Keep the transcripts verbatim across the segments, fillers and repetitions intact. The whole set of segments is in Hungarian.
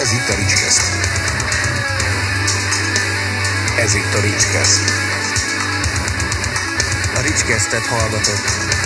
Ez itt a Ricskeszt. Ez itt a Ricskeszt. A Ricskesztet hallgatott.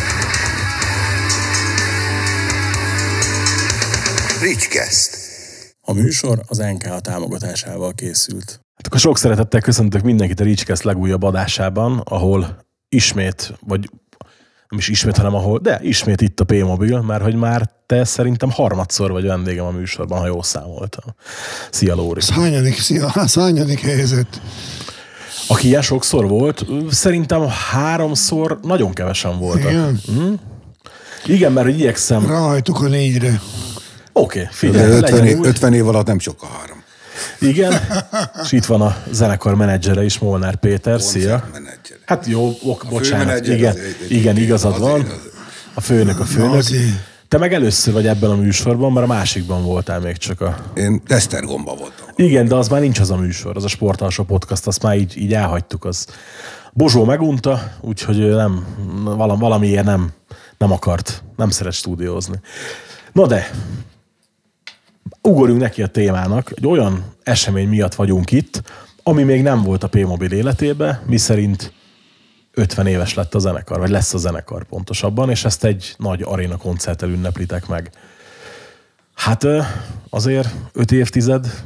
Ricskeszt. A műsor az en ká á támogatásával készült. Hát akkor sok szeretettel köszöntök mindenkit a Ricskeszt legújabb adásában, ahol ismét, vagy nem is ismét, hanem ahol, de ismét itt a P-mobil, mert hogy már te szerintem harmadszor vagy vendégem a műsorban, ha jól számoltam. Szia, Lóri. Ez hányadik, szia, ez hányadik helyzet? Aki ilyen sokszor volt, szerintem háromszor nagyon kevesen voltak. Igen? Hm? Igen, mert hogy igyekszem... Ráhajtuk a négyre. Oké, okay, figyelj, ötven, év, ötven év alatt nem sok a három. Igen, és itt van a zenekar menedzsere is, Molnár Péter, szia. Menedzser. Hát jó, ok, bocsánat, főmenedzser igen, az, az, igen, az, igazad az, van. az, az. A főnök a főnök. Azért. Te meg először vagy ebben a műsorban, mert a másikban voltál még csak a... Én Esztergomba voltam. Igen, de az már nincs az a műsor, az a Sportalsó Podcast, azt már így, így elhagytuk. Az Bozsó megunta, úgyhogy nem, valamiért nem, nem akart, nem szeret stúdiózni. Na de, ugorjunk neki a témának. Egy olyan esemény miatt vagyunk itt, ami még nem volt a P-mobil életében, miszerint ötven éves lett a zenekar, vagy lesz a zenekar pontosabban, és ezt egy nagy aréna koncerttel ünneplitek meg. Hát azért öt évtized.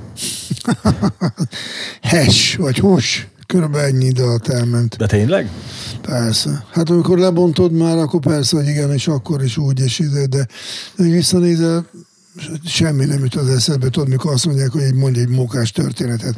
Hes, vagy hos, körülbelül ennyi idő alatt elment. De tényleg? Persze. Hát amikor lebontod már, akkor persze, hogy igen, és akkor is úgy, és idő, de, de visszanézel, semmi nem jut az eszedbe, tudod, mikor azt mondják, hogy mondj egy mókás történetet.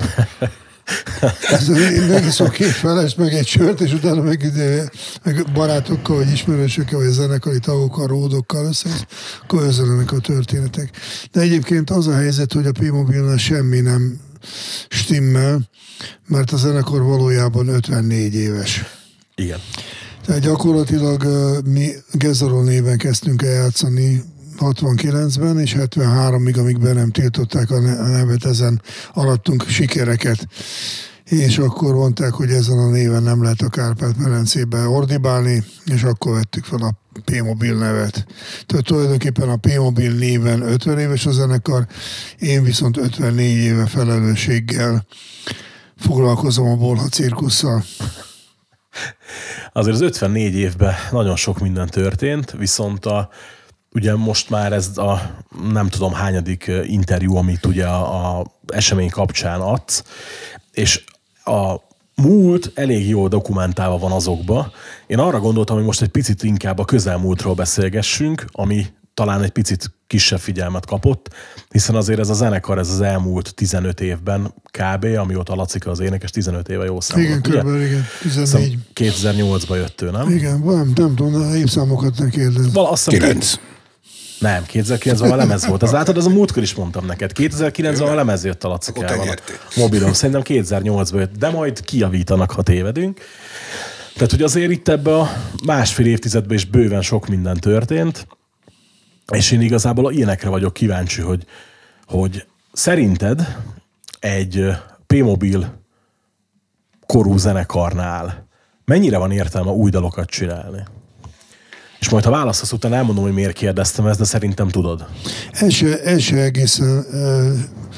Én megiszok két felest, meg egy sört, és utána meg, ide, meg barátokkal, vagy ismerősökkel, vagy zenekari tagokkal, ródokkal össze, akkor özelenek a történetek. De egyébként az a helyzet, hogy a P-mobilnál semmi nem stimmel, mert a zenekar valójában ötvennégy éves. Igen. Tehát gyakorlatilag mi Gezarol néven kezdtünk el játszani hatvankilencben, és hetvenháromig, amíg be nem tiltották a nevet, ezen arattunk sikereket. És akkor mondták, hogy ezen a néven nem lehet a Kárpát-medencébe ordibálni, és akkor vettük fel a P-mobil nevet. Tehát tulajdonképpen a P-mobil néven ötven éves a zenekar, én viszont ötvennégy éve felelősséggel foglalkozom a Bolha cirkusszal. Azért az ötvennégy évben nagyon sok minden történt, viszont a ugye most már ez a nem tudom hányadik interjú, amit ugye a, a esemény kapcsán adsz, és a múlt elég jól dokumentálva van azokba. Én arra gondoltam, hogy most egy picit inkább a közelmúltról beszélgessünk, ami talán egy picit kisebb figyelmet kapott, hiszen azért ez a zenekar, ez az elmúlt tizenöt évben kb., amióta Lacika az énekes, tizenöt éve jó számolok. Igen, körülbelül, igen, tizennégy. kétezer-nyolcban jött ő, nem? Igen, nem, nem tudom, évszámokat ne kérdez. Val, azt hiszem, Kilenc. Nem, kétezer-kilencben a lemez volt. Az látod, az a múltkor is mondtam neked. kétezer-kilencben a lemez jött a Lacikával. A mobilon. Szerintem kétezer-nyolcban jött, de majd kijavítanak, ha tévedünk. Tehát, hogy azért itt ebbe a másfél évtizedben is bőven sok minden történt, és én igazából ilyenekre vagyok kíváncsi, hogy, hogy szerinted egy P-mobil korú zenekarnál mennyire van értelme új dalokat csinálni? És majd, ha választasz, utána elmondom, hogy miért kérdeztem ezt, de szerintem tudod. Első, első egészen uh,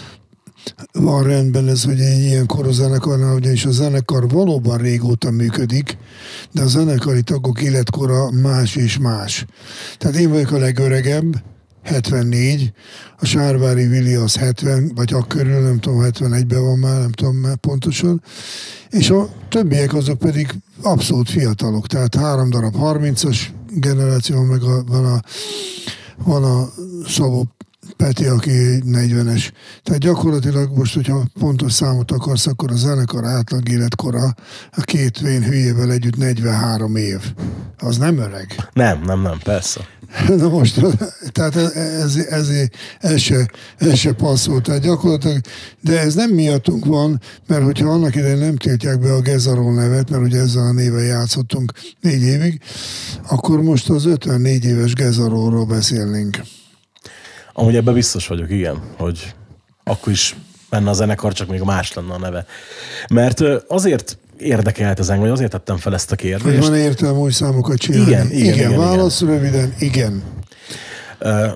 van rendben ez, hogy egy ilyen korú zenekarnál, ugyanis a zenekar valóban régóta működik, de a zenekari tagok életkora más és más. Tehát én vagyok a legöregebb, hetvennégy, a Sárvári Vili az hetven, vagy akkörül, nem tudom, hetvenegyben van már, nem tudom már pontosan, és a többiek azok pedig abszolút fiatalok, tehát három darab harmincas generáció, meg a, van, a, van a Szabó Peti, aki negyvenes. Tehát gyakorlatilag most, hogyha pontos számot akarsz, akkor a zenekar átlag életkora a két vén hülyével együtt negyvenhárom év. Az nem öreg. Nem, nem, nem, persze. Na most, tehát ez, ez, ez, se, ez se passzol. Tehát gyakorlatilag, de ez nem miattunk van, mert hogyha annak idején nem tiltják be a Gezarol nevet, mert ugye ezzel a néven játszottunk négy évig, akkor most az ötvennégy éves Gezarolról beszélnénk. Amúgy ebben biztos vagyok, igen, hogy akkor is menne a zenekar, csak még más lenne a neve. Mert azért érdekelt ez engem, vagy azért tettem fel ezt a kérdést. Hogy van értelme új számokat csinálni? Igen, igen, igen. igen válasz igen. röviden, igen. Uh,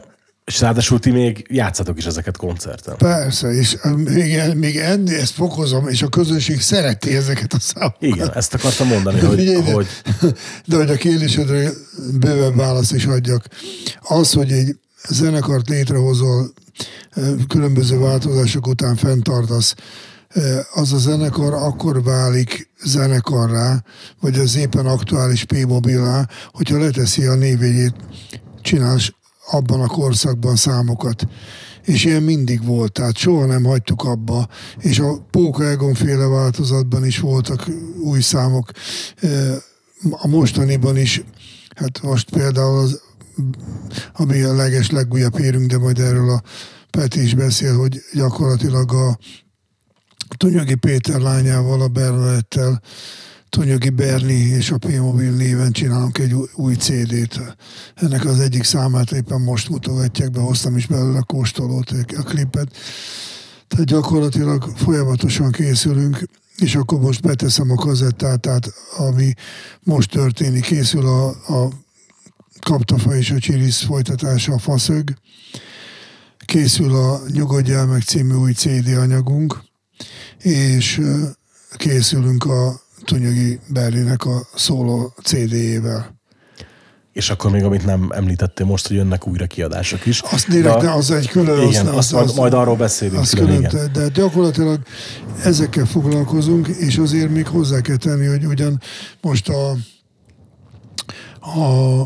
És ráadásul ti még játszatok is ezeket koncerten. Persze, és még, még ennél ezt fokozom, és a közönség szereti ezeket a számokat. Igen, ezt akartam mondani, de, hogy, de, hogy... De hogy a kérdésedre bővebb választ is adjak. Az, hogy egy zenekart létrehozol, különböző változások után fenntartasz, az a zenekar akkor válik zenekarrá, vagy az éppen aktuális P-mobilá, hogyha leteszi a névjegyét, csinálsz abban a korszakban számokat. És ilyen mindig volt, tehát soha nem hagytuk abba. És a Póka Egon féle változatban is voltak új számok. A mostaniban is, hát most például az, ami a leges legújabb érünk, de majd erről a Peti is beszél, hogy gyakorlatilag a Tunyogi Péter lányával, a Bernadettel, Tunyogi Berni és a P-Mobil néven csinálunk egy új cé dét. Ennek az egyik számát éppen most mutogatják be, hoztam is belőle a kóstolót, a klipet. Tehát gyakorlatilag folyamatosan készülünk, és akkor most beteszem a kazettát, tehát ami most történik, készül a, a Kaptafa és a Csirisz folytatása, a Faszög, készül a Nyugodjál meg című új cé dé anyagunk, és készülünk a Tunyogi Berlinek a szóló cé déjével. És akkor még, amit nem említettél most, hogy jönnek újra kiadások is. Azt direkt, de az egy külön... Igen, azt, azt, azt, majd arról beszélünk. Külön, külön, igen. De gyakorlatilag ezekkel foglalkozunk, és azért még hozzá kell tenni, hogy ugyan most a, a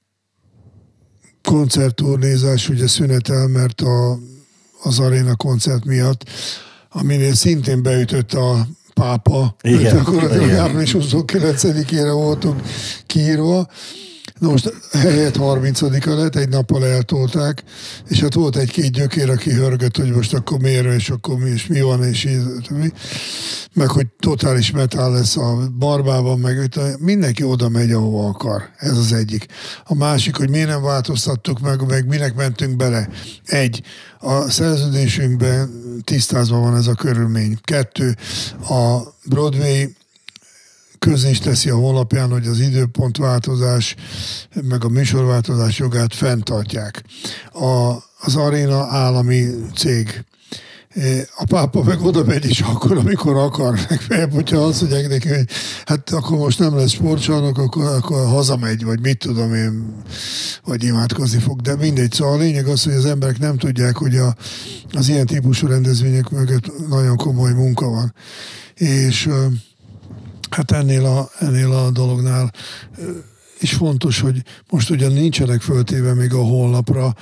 koncertturnézás ugye szünetel, mert a, az aréna koncert miatt, aminél szintén beütött a pápa, igen, gyakorlatilag április huszonkilencedikére voltunk kiírva. Na most helyett harmincadika lett, egy nappal eltolták, és hát volt egy-két gyökér, aki hörgött, hogy most akkor miért, és akkor mi, és mi van, és így, meg hogy totális metál lesz a Barbában, meg mindenki oda megy, ahova akar. Ez az egyik. A másik, hogy miért nem változtattuk meg, meg minek mentünk bele. Egy, a szerződésünkben tisztázva van ez a körülmény. Kettő, a Broadway közé is teszi a honlapján, hogy az időpontváltozás, meg a műsorváltozás jogát fenntartják. A, az aréna állami cég. A pápa meg oda megy is akkor, amikor akar. Legfeljebb, hogyha azt mondják neki, hogy hát akkor most nem lesz sportcsarnok, akkor, akkor hazamegy, vagy mit tudom én, vagy imádkozni fog. De mindegy. Szóval a lényeg az, hogy az emberek nem tudják, hogy a, az ilyen típusú rendezvények mögött nagyon komoly munka van. És hát ennél a, ennél a dolognál is fontos, hogy most ugyan nincsenek föltéve még a honlapra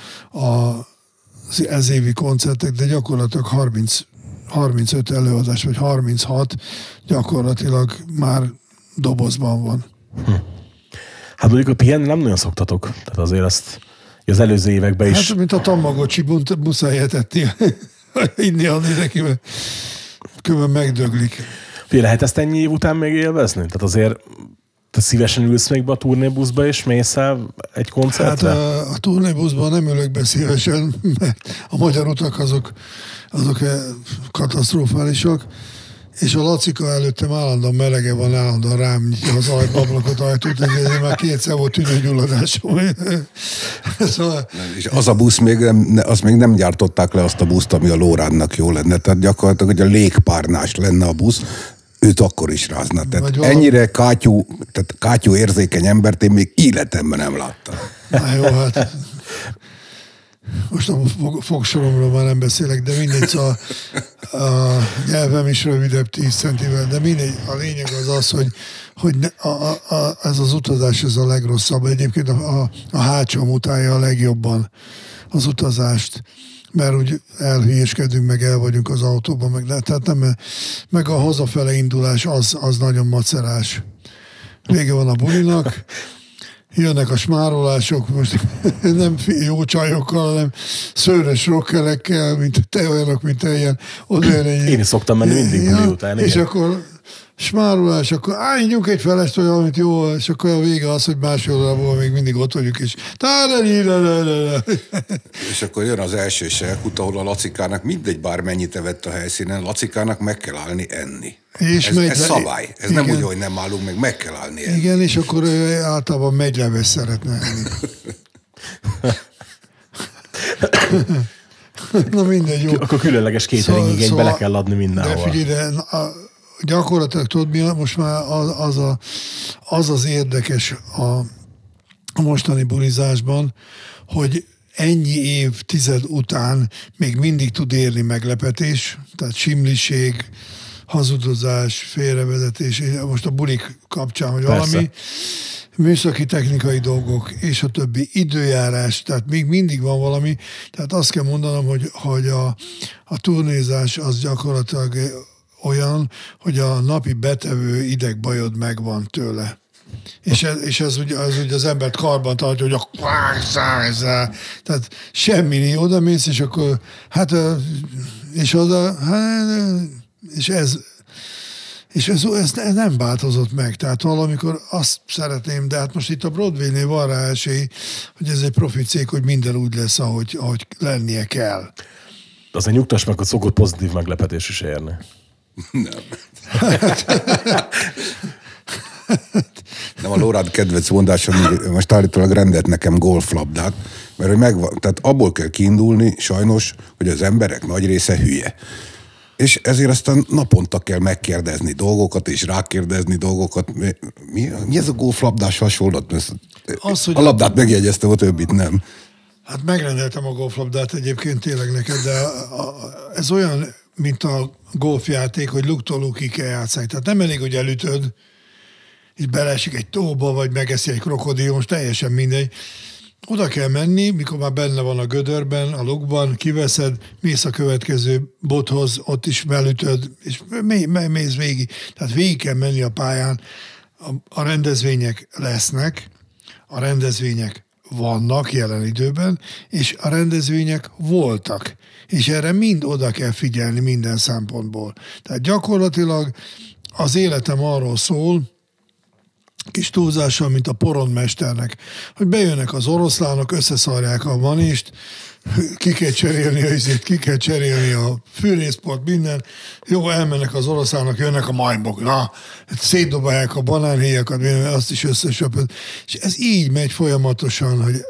az ezévi koncertek, de gyakorlatilag harminc, harmincöt előadás, vagy harminchat gyakorlatilag már dobozban van. Hm. Hát mondjuk a pihenni nem nagyon szoktatok. Tehát azért ezt az előző években is... Hát mint a Tamagocsi, muszáj etetni, inni adni neki, mert különben megdöglik. Fél lehet ezt ennyi év után még élvezni? Tehát azért te szívesen ülsz még be a turnébuszba, és mész el egy koncertre? Hát a, a turnébuszban nem ülök be szívesen, mert a magyar utak azok, azok katasztrofálisak, és a Lacika előttem állandóan melege van, állandóan rám nyitja az ablakot, ajtót, ezért már kétszer volt tüdőgyulladásom. Szóval... És az a busz még nem, azt még nem gyártották le azt a buszt, ami a Lóránnak jó lenne. Tehát gyakorlatilag, hogy a légpárnás lenne a busz, őt akkor is rázna. Tehát valami... ennyire kátyú, tehát kátyú érzékeny embert én még életemben nem láttam. Na jó, hát... Most a fogsoromról már nem beszélek, de mindegy, szóval a nyelvem is rövidebb tíz centivel, de mindegy, a lényeg az az, hogy, hogy ne, a, a, a, ez az utazás ez a legrosszabb. Egyébként a, a, a hátsó utálja a legjobban az utazást, mert úgy elhülyéskedünk, meg el vagyunk az autóban, meg, tehát nem, meg a hazafele indulás az, az nagyon macerás. Vége van a bulinak, jönnek a smárolások, most nem jó csajokkal, hanem szőrös rokkelekkel, mint te olyanok, mint te ilyen. Egy... Én is szoktam menni mindig ja, buli után. És igen. Akkor smárolás, akkor álljunk egy felest, vagy valamit jó, és akkor a vége az, hogy másodjából még mindig ott vagyunk, és és akkor jön az első selkút, ahol a Lacikának mindegy bármennyit evett a helyszínen, Lacikának meg kell állni enni. És ez, ez szabály. Ez igen. Nem úgy, hogy nem állunk, meg meg kell állni enni. Igen, és akkor ő általában megyleves szeretne enni. Na mindegy, jó. Akkor különleges catering igényt szóval, bele kell adni mindenhol. De figyelj, de a, gyakorlatilag tudod mi, most már az az, a, az, az érdekes a, a mostani bulizásban, hogy ennyi évtized után még mindig tud érni meglepetés, tehát simliség, hazudozás, félrevezetés, most a bulik kapcsán, hogy Persze. valami, műszaki technikai dolgok, és a többi időjárás, tehát még mindig van valami, tehát azt kell mondanom, hogy, hogy a, a turnézás az gyakorlatilag olyan, hogy a napi betevő idegbajod megvan tőle. És ez, és ez ugye, az, ugye az embert karban tartja, hogy a tehát semmi, oda mész, és akkor hát és oda, hát, és ez és ez, ez, ez nem változott meg. Tehát valamikor azt szeretném, de hát most itt a Broadway-nél van rá esély, hogy ez egy profi cég, hogy minden úgy lesz, ahogy, ahogy lennie kell. Azért nyugtass meg, hogy szokott pozitív meglepetés is érni. Nem. Nem, a Lórád kedvenc mondása, most állítólag rendelt nekem golflabdát, mert hogy megvan, tehát abból kell kiindulni, sajnos, hogy az emberek nagy része hülye. És ezért aztán naponta kell megkérdezni dolgokat, és rákérdezni dolgokat. Mi, mi, mi ez a golflabdás hasonlat? Az, a labdát megjegyeztem, a többit nem. Hát megrendeltem a golflabdát egyébként tényleg neked, de ez olyan, mint a golfjáték, hogy luktól lukig kell játszani. Tehát nem elég, hogy elütöd, és beleesik egy tóba, vagy megeszi egy krokodil, most teljesen mindegy. Oda kell menni, mikor már benne van a gödörben, a lukban, kiveszed, mész a következő bothoz, ott is belütöd, és mé- mé- mész végig. Tehát végig kell menni a pályán. A, a rendezvények lesznek, a rendezvények vannak jelen időben, és a rendezvények voltak. És erre mind oda kell figyelni minden szempontból. Tehát gyakorlatilag az életem arról szól, kis túlzással, mint a poronmesternek, hogy bejönnek az oroszlánok, összeszarják a manist, ki kell cserélni a izét, ki kell cserélni a fűrészport, minden. Jó, elmennek az oroszlánok, jönnek a majmok, na, szétdobálják a banánhéjakat, azt is összesöpöd. És ez így megy folyamatosan, hogy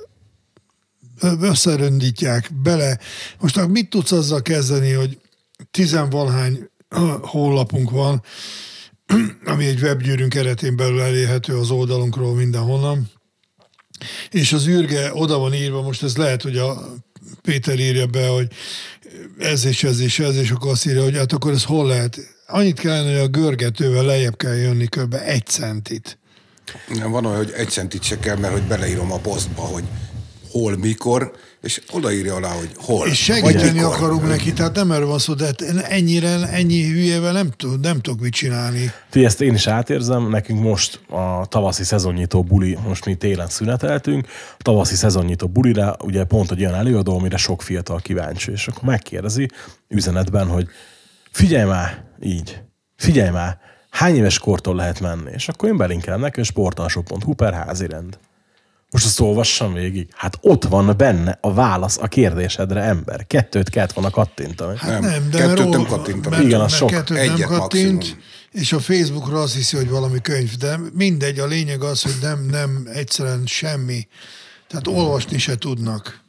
összeröndítják bele. Most mit tudsz azzal kezdeni, hogy tizenvalahány honlapunk van, ami egy webgyűrűnk keretén belül elérhető az oldalunkról mindenhonnan, és az űrge oda van írva, most ez lehet, hogy a Péter írja be, hogy ez és ez és ez, és akkor azt írja, hogy hát akkor ez hol lehet? Annyit kellene, hogy a görgetővel lejjebb kell jönni kb. egy centit. Nem, van olyan, hogy egy centit se kell, mert hogy beleírom a posztba, hogy hol, mikor, és odaírja alá, hogy hol. És segíteni akarunk neki, tehát nem erről van szó, de ennyire, ennyi hülyével nem, tud, nem tudok mit csinálni. Ti, ezt én is átérzem, nekünk most a tavaszi szezonnyitó buli, most mi télen szüneteltünk, a tavaszi szezonnyitó bulira ugye pont egy olyan előadó, amire sok fiatal kíváncsi, és akkor megkérdezi üzenetben, hogy figyelj már, így, figyelj már, hány éves kortól lehet menni? És akkor én belinkelem neki, sportalsó pont hu per házirend. Most azt olvassam végig. Hát ott van benne a válasz a kérdésedre, ember. Kettőt kellett volna kattintani. Hát nem, nem de kettőt mert nem kattintani. Mert, igen, az mert sok. kettőt Egyet nem kattint, maximum. És a Facebookra azt hiszi, hogy valami könyv, de mindegy, a lényeg az, hogy nem, nem egyszerűen semmi. Tehát olvasni se tudnak.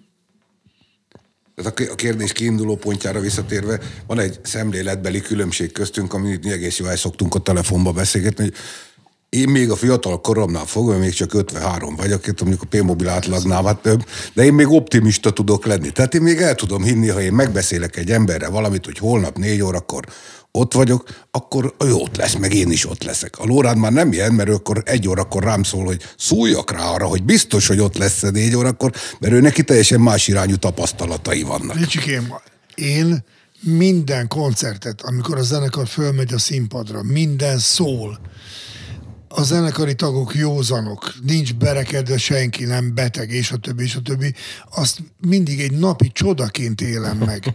A kérdés kiinduló pontjára visszatérve, van egy szemléletbeli különbség köztünk, amit mi egész jól el szoktunk a telefonba beszélgetni, hogy én még a fiatal koromnál fogom, még csak ötvenhárom vagyok, mondjuk a P-mobil átlagnál hát több, de én még optimista tudok lenni. Tehát én még el tudom hinni, ha én megbeszélek egy emberre valamit, hogy holnap négy órakor ott vagyok, akkor ő ott lesz, meg én is ott leszek. A Lórád már nem ilyen, mert ő akkor egy órakor rám szól, hogy szóljak rá arra, hogy biztos, hogy ott lesz négy órakor, mert ő neki teljesen más irányú tapasztalatai vannak. Ricsikém, én minden koncertet, amikor a zenekar fölmegy a színpadra, minden szól, a zenekari tagok józanok, nincs berekedve senki, nem beteg, és a többi, és a többi, azt mindig egy napi csodaként élem meg.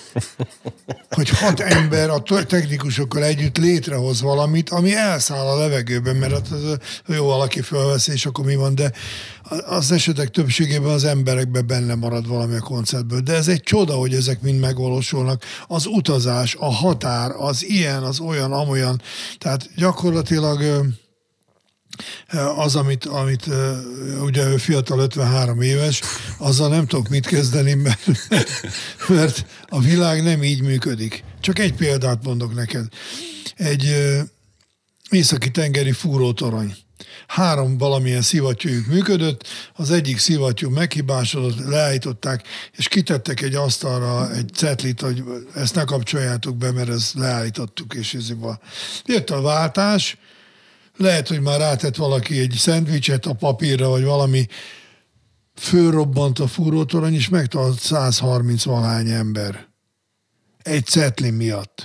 Hogy hat ember a technikusokkal együtt létrehoz valamit, ami elszáll a levegőben, mert az, jó, valaki fölvesz, és akkor mi van, de az esetek többségében az emberekben benne marad valami a koncertből. De ez egy csoda, hogy ezek mind megvalósulnak. Az utazás, a határ, az ilyen, az olyan, amolyan. Tehát gyakorlatilag Az, amit, amit ugye ő fiatal ötvenhárom éves, azzal nem tudok mit kezdeni, mert, mert a világ nem így működik. Csak egy példát mondok neked. Egy északi tengeri fúrótorony. Három valamilyen szivattyújuk működött, az egyik szivattyú meghibásodott, leállították, és kitettek egy asztalra egy cetlit, hogy ezt ne kapcsoljátok be, mert ezt leállítottuk, és ez jött a váltás, lehet, hogy már rátett valaki egy szendvicset a papírra, vagy valami, fölrobbant a fúrótorony, és megtalt száz harminc valahány ember. Egy cetli miatt.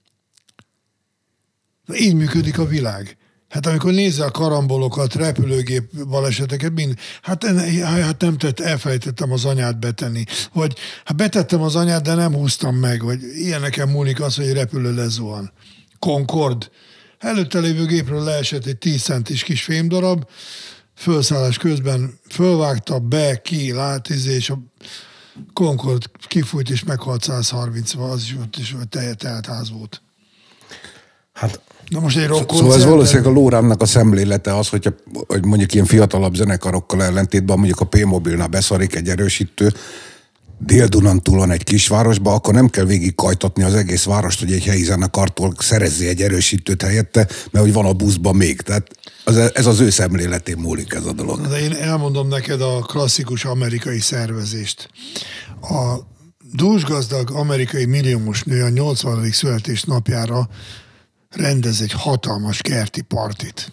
Így működik a világ. Hát amikor nézze a karambolokat, repülőgép baleseteket, mind, hát, hát nem tett, elfelejtettem az anyát betenni. Vagy hát betettem az anyát, de nem húztam meg. Vagy ilyeneken múlik az, hogy egy repülő lezuhan. Concorde. Előtte lévő gépről leesett egy tíz centis kis fémdarab, felszállás közben fölvágta, be, ki, lát, és a Concorde kifújt, és meghalt száz harminc, az is ott is telt ház volt. Hát, na most egy rock szóval ez valószínűleg a Lóránnak a szemlélete az, hogyha, hogy mondjuk ilyen fiatalabb zenekarokkal ellentétben, mondjuk a P-mobilnál beszarik egy erősítő, Dél-Dunántúlon egy kisvárosba, akkor nem kell végig kajtatni az egész várost, hogy egy helyi zenekartól szerezzé egy erősítőt helyette, mert hogy van a buszban még. Tehát az, ez az ő szemléletén múlik ez a dolog. De én elmondom neked a klasszikus amerikai szervezést. A dúsgazdag amerikai milliómos nő a nyolcvanadik születésnapjára rendez egy hatalmas kerti partit.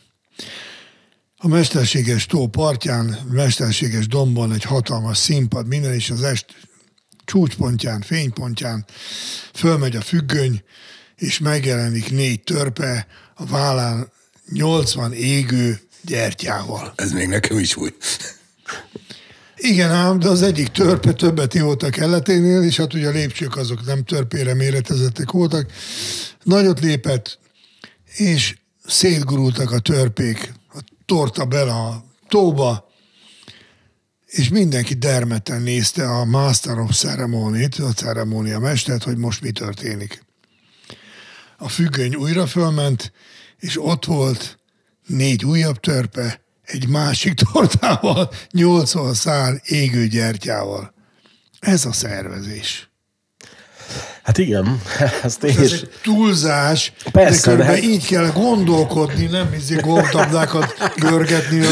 A mesterséges tó partján, mesterséges dombon egy hatalmas színpad, minden is az est csúcspontján, fénypontján fölmegy a függöny, és megjelenik négy törpe a vállán nyolcvan égő gyertyával. Ez még nekem is új. Igen ám, de az egyik törpe többet ivott a kelleténél, és hát ugye a lépcsők azok nem törpére méretezettek voltak. Nagyot lépett, és szétgurultak a törpék, a torta bele a tóba, és mindenki dermeten nézte a Master of Ceremony-t, a ceremónia mestert, hogy most mi történik. A függöny újra fölment, és ott volt négy újabb törpe, egy másik tortával, nyolcvan szál égő gyertyával. Ez a szervezés. Hát igen, ezt én Ez is... egy túlzás, persze, de körülbelül de... így kell gondolkodni, nem izé góltablákat görgetni,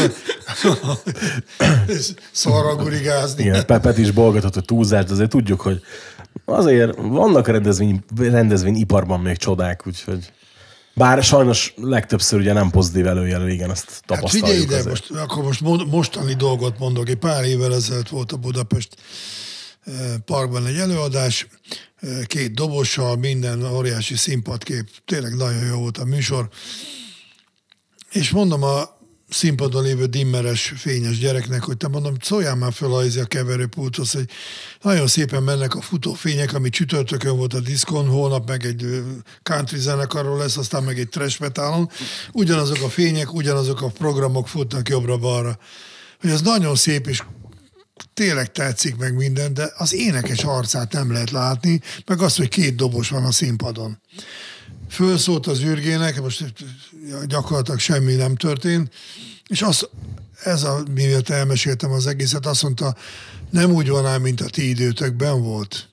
szaragurigázni. Igen, Pepet is bolgatott a túlzást, azért tudjuk, hogy azért vannak a rendezvény, rendezvényiparban még csodák, úgyhogy... Bár sajnos legtöbbször ugye nem pozitív előjelő, igen, ezt tapasztaljuk. Hát figyelj ide, azért. most, akkor most mostani dolgot mondok. Egy pár évvel ezelőtt volt a Budapest Parkban egy előadás, két dobossal, minden óriási színpadkép, tényleg nagyon jó volt a műsor. És mondom a színpadon lévő dimmeres, fényes gyereknek, hogy te mondom, szóljál már föl a keverőpulthoz, hogy nagyon szépen mennek a futófények, ami csütörtökön volt a diszkon, holnap meg egy country zenekarról lesz, aztán meg egy trash metalon. Ugyanazok a fények, ugyanazok a programok futnak jobbra-balra. Hogy ez nagyon szép, és tényleg tetszik meg minden, de az énekes arcát nem lehet látni, meg azt, hogy két dobos van a színpadon. Fölszólt az űrgének, most gyakorlatilag semmi nem történt, és az, ez a, mivel elmeséltem az egészet, azt mondta, nem úgy van ám, mint a ti időtökben volt.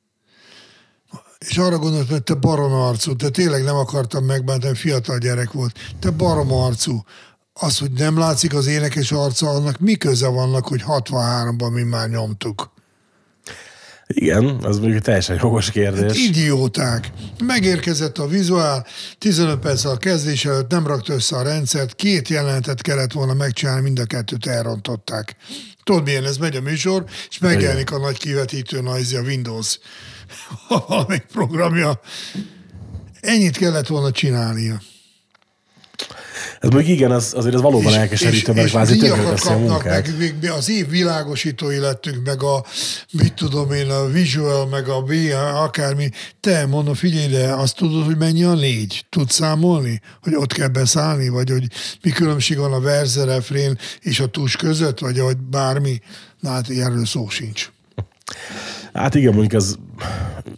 És arra gondoltam, hogy te barom arcú, te tényleg nem akartam megbántani, fiatal gyerek volt, te barom arcú. Az, hogy nem látszik az énekes arca, annak mi köze vannak, hogy hatvanháromban mi már nyomtuk? Igen, az mondjuk teljesen jogos kérdés. Hát idióták. Megérkezett a vizuál, tizenöt perc a kezdés előtt nem rakta össze a rendszert, két jelenetet kellett volna megcsinálni, mind a kettőt elrontották. Tudod milyen, ez megy a műsor, és megjelenik a nagy kivetítő najzi, a Windows valamelyik programja. Ennyit kellett volna csinálnia. Ez mondjuk igen, az, azért ez valóban elkeserítő, mert kvázi tönkreteszi a munkát. Meg, meg az év világosítói lettünk, meg a, mit tudom én, a visual, meg a B, akármi. Te, mondom, figyelj, de azt tudod, hogy mennyi a négy? Tudsz számolni? Hogy ott kell beszállni? Vagy hogy mi különbség van a verze, refrén és a tus között? Vagy hogy bármi? Na hát erről szó sincs. Hát igen, mondjuk ez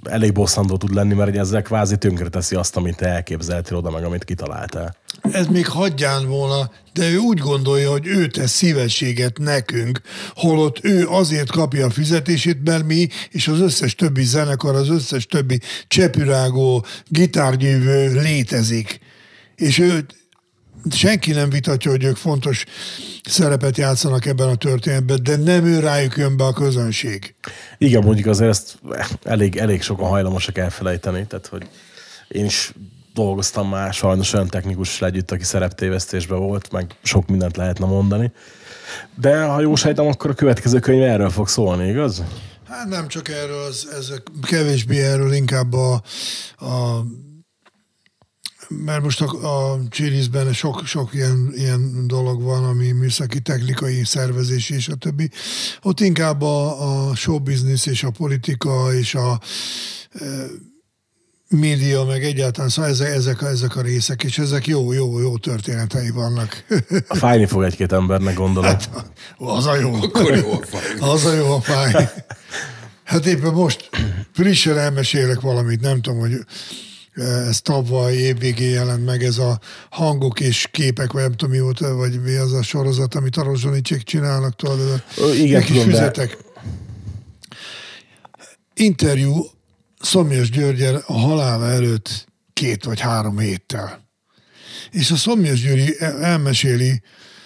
elég bosszantó tud lenni, mert ezzel kvázi tönkreteszi azt, amit te elképzeltél oda, meg amit kitaláltál. Ez még hagyján volna, de ő úgy gondolja, hogy ő tesz szívességet nekünk, holott ő azért kapja a fizetését, mert mi és az összes többi zenekar, az összes többi csepürágó, gitárgyűvő létezik. És ő senki nem vitatja, hogy ők fontos szerepet játszanak ebben a történetben, de nem ő rájuk jön be a közönség. Igen, mondjuk azért ezt elég, elég sokan hajlamosak elfelejteni, tehát hogy én is dolgoztam már sajnos olyan technikussal együtt, aki szereptévesztésben volt, meg sok mindent lehetne mondani. De ha jól sejtem, akkor a következő könyv erről fog szólni, igaz? Hát nem csak erről, az, ez kevésbé erről, inkább a, a mert most a, a Chili's-ben sok, sok ilyen, ilyen dolog van, ami műszaki, technikai, szervezési és a többi. Ott inkább a, a showbusiness és a politika és a e, média, meg egyáltalán, szóval ezek, ezek, ezek a részek, és ezek jó, jó, jó történetei vannak. A fájni fog egy-két embernek, gondolom. Hát, az a jó. Akkor jó a fáj. Az a jó a fáj. Hát éppen most frissen elmesélek valamit, nem tudom, hogy ez tavaly évvégén jelent meg, ez a hangok és képek, vagy nem tudom mi volt, vagy mi az a sorozat, amit a Rozsonicsék csinálnak, tudod, igen, tudom, füzetek. De... Interjú Szomjas Györgyel a halála előtt két vagy három héttel. És a Szomjas Győri elmeséli,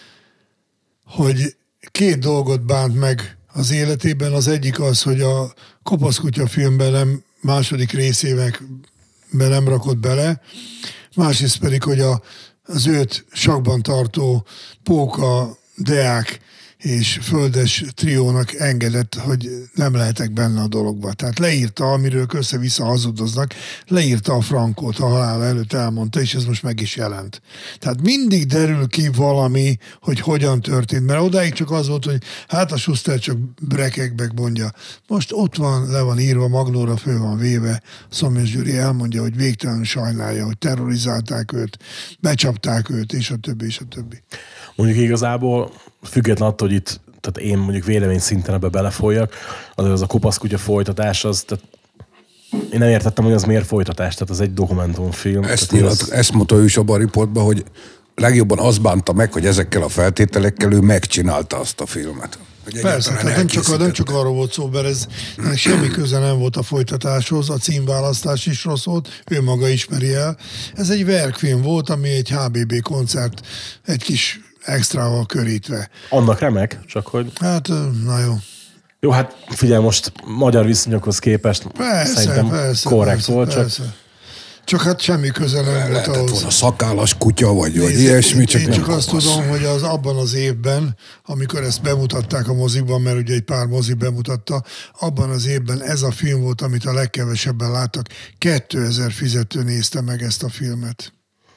hogy két dolgot bánt meg az életében. Az egyik az, hogy a Kopaszkutya filmben nem, második részében nem rakott bele, másrészt pedig, hogy a, az őt sakban tartó Póka, Deák és Földes triónak engedett, hogy nem lehetek benne a dologba. Tehát leírta, amiről össze-vissza hazudoznak, leírta a Frankót, a halála előtt elmondta, és ez most meg is jelent. Tehát mindig derül ki valami, hogy hogyan történt, mert odáig csak az volt, hogy hát a Schuster csak brekekbek mondja. Most ott van, le van írva, magnóra föl van véve, Szomjas Győri elmondja, hogy végtelenül sajnálja, hogy terrorizálták őt, becsapták őt, és a többi, és a többi. Mondjuk igazából független attól, hogy itt, tehát én mondjuk vélemény szinten ebbe belefolyjak, azért az a Kopaszkutya folytatás, az, tehát én nem értettem, hogy az miért folytatás, tehát az egy dokumentumfilm. Ezt, írat, az... ezt mondta ő is abban a riportban, hogy legjobban az bánta meg, hogy ezekkel a feltételekkel ő megcsinálta azt a filmet. Persze, tehát nem csak, nem csak arról volt szó, mert ez semmi köze nem volt a folytatáshoz, a címválasztás is rossz volt, ő maga ismeri el. Ez egy verkfilm volt, ami egy há bé bé koncert, egy kis extrával körítve. Annak remek, csak hogy... Hát, na jó. Jó, hát figyelj, most magyar viszonyokhoz képest persze, szerintem persze, korrekt persze, volt, persze. csak... Csak hát semmi köze nem volt lehetett ahhoz. volna szakállas kutya, vagy, vagy Nézd, ilyesmi, csak én nem csak azt kopasz. tudom, hogy az abban az évben, amikor ezt bemutatták a mozikban, mert ugye egy pár mozi bemutatta, abban az évben ez a film volt, amit a legkevesebben láttak. kétezer fizető nézte meg ezt a filmet.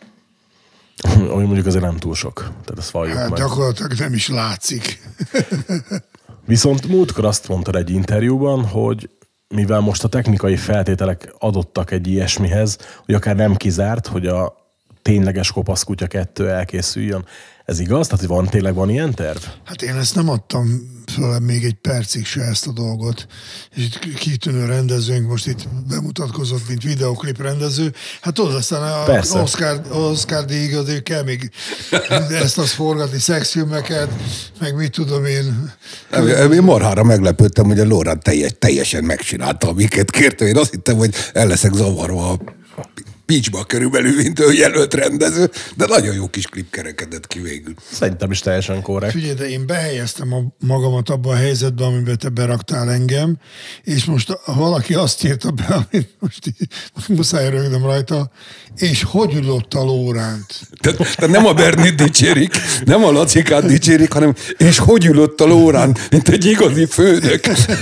Ami mondjuk azért nem túl sok. Tehát ezt valljuk Hát meg. gyakorlatilag nem is látszik. Viszont múltkor azt mondtad egy interjúban, hogy mivel most a technikai feltételek adottak egy ilyesmihez, hogy akár nem kizárt, hogy a tényleges Kopaszkutya kettő elkészüljön. Ez igaz? Tehát, hogy van, tényleg van ilyen terv? Hát én ezt nem adtam föl még egy percig se ezt a dolgot. És itt kitűnő rendezőnk most itt bemutatkozott, mint videoklip rendező. Hát ott aztán az Oscar, Oscar díj, azért kell még ezt azt forgatni, szexfilmeket, meg mit tudom én. Én marhára meglepődtem, hogy a Lórán teljes, teljesen megcsinálta, amiket kérte. Én azt hittem, hogy el leszek zavarva a Picsba körülbelül, mint ő jelölt rendező, de nagyon jó kis klip kerekedett ki végül. Szerintem is teljesen korrekt. Figyelj, de én behelyeztem a magamat abban a helyzetben, amiben te beraktál engem, és most valaki azt írta be, amit most így muszáj rögdöm rajta, és hogy ülött a Lóránt? Tehát, tehát nem a Bernit dicsérik, nem a Lacikát dicsérik, hanem és hogy ülött a Lórán, mint egy igazi főnök.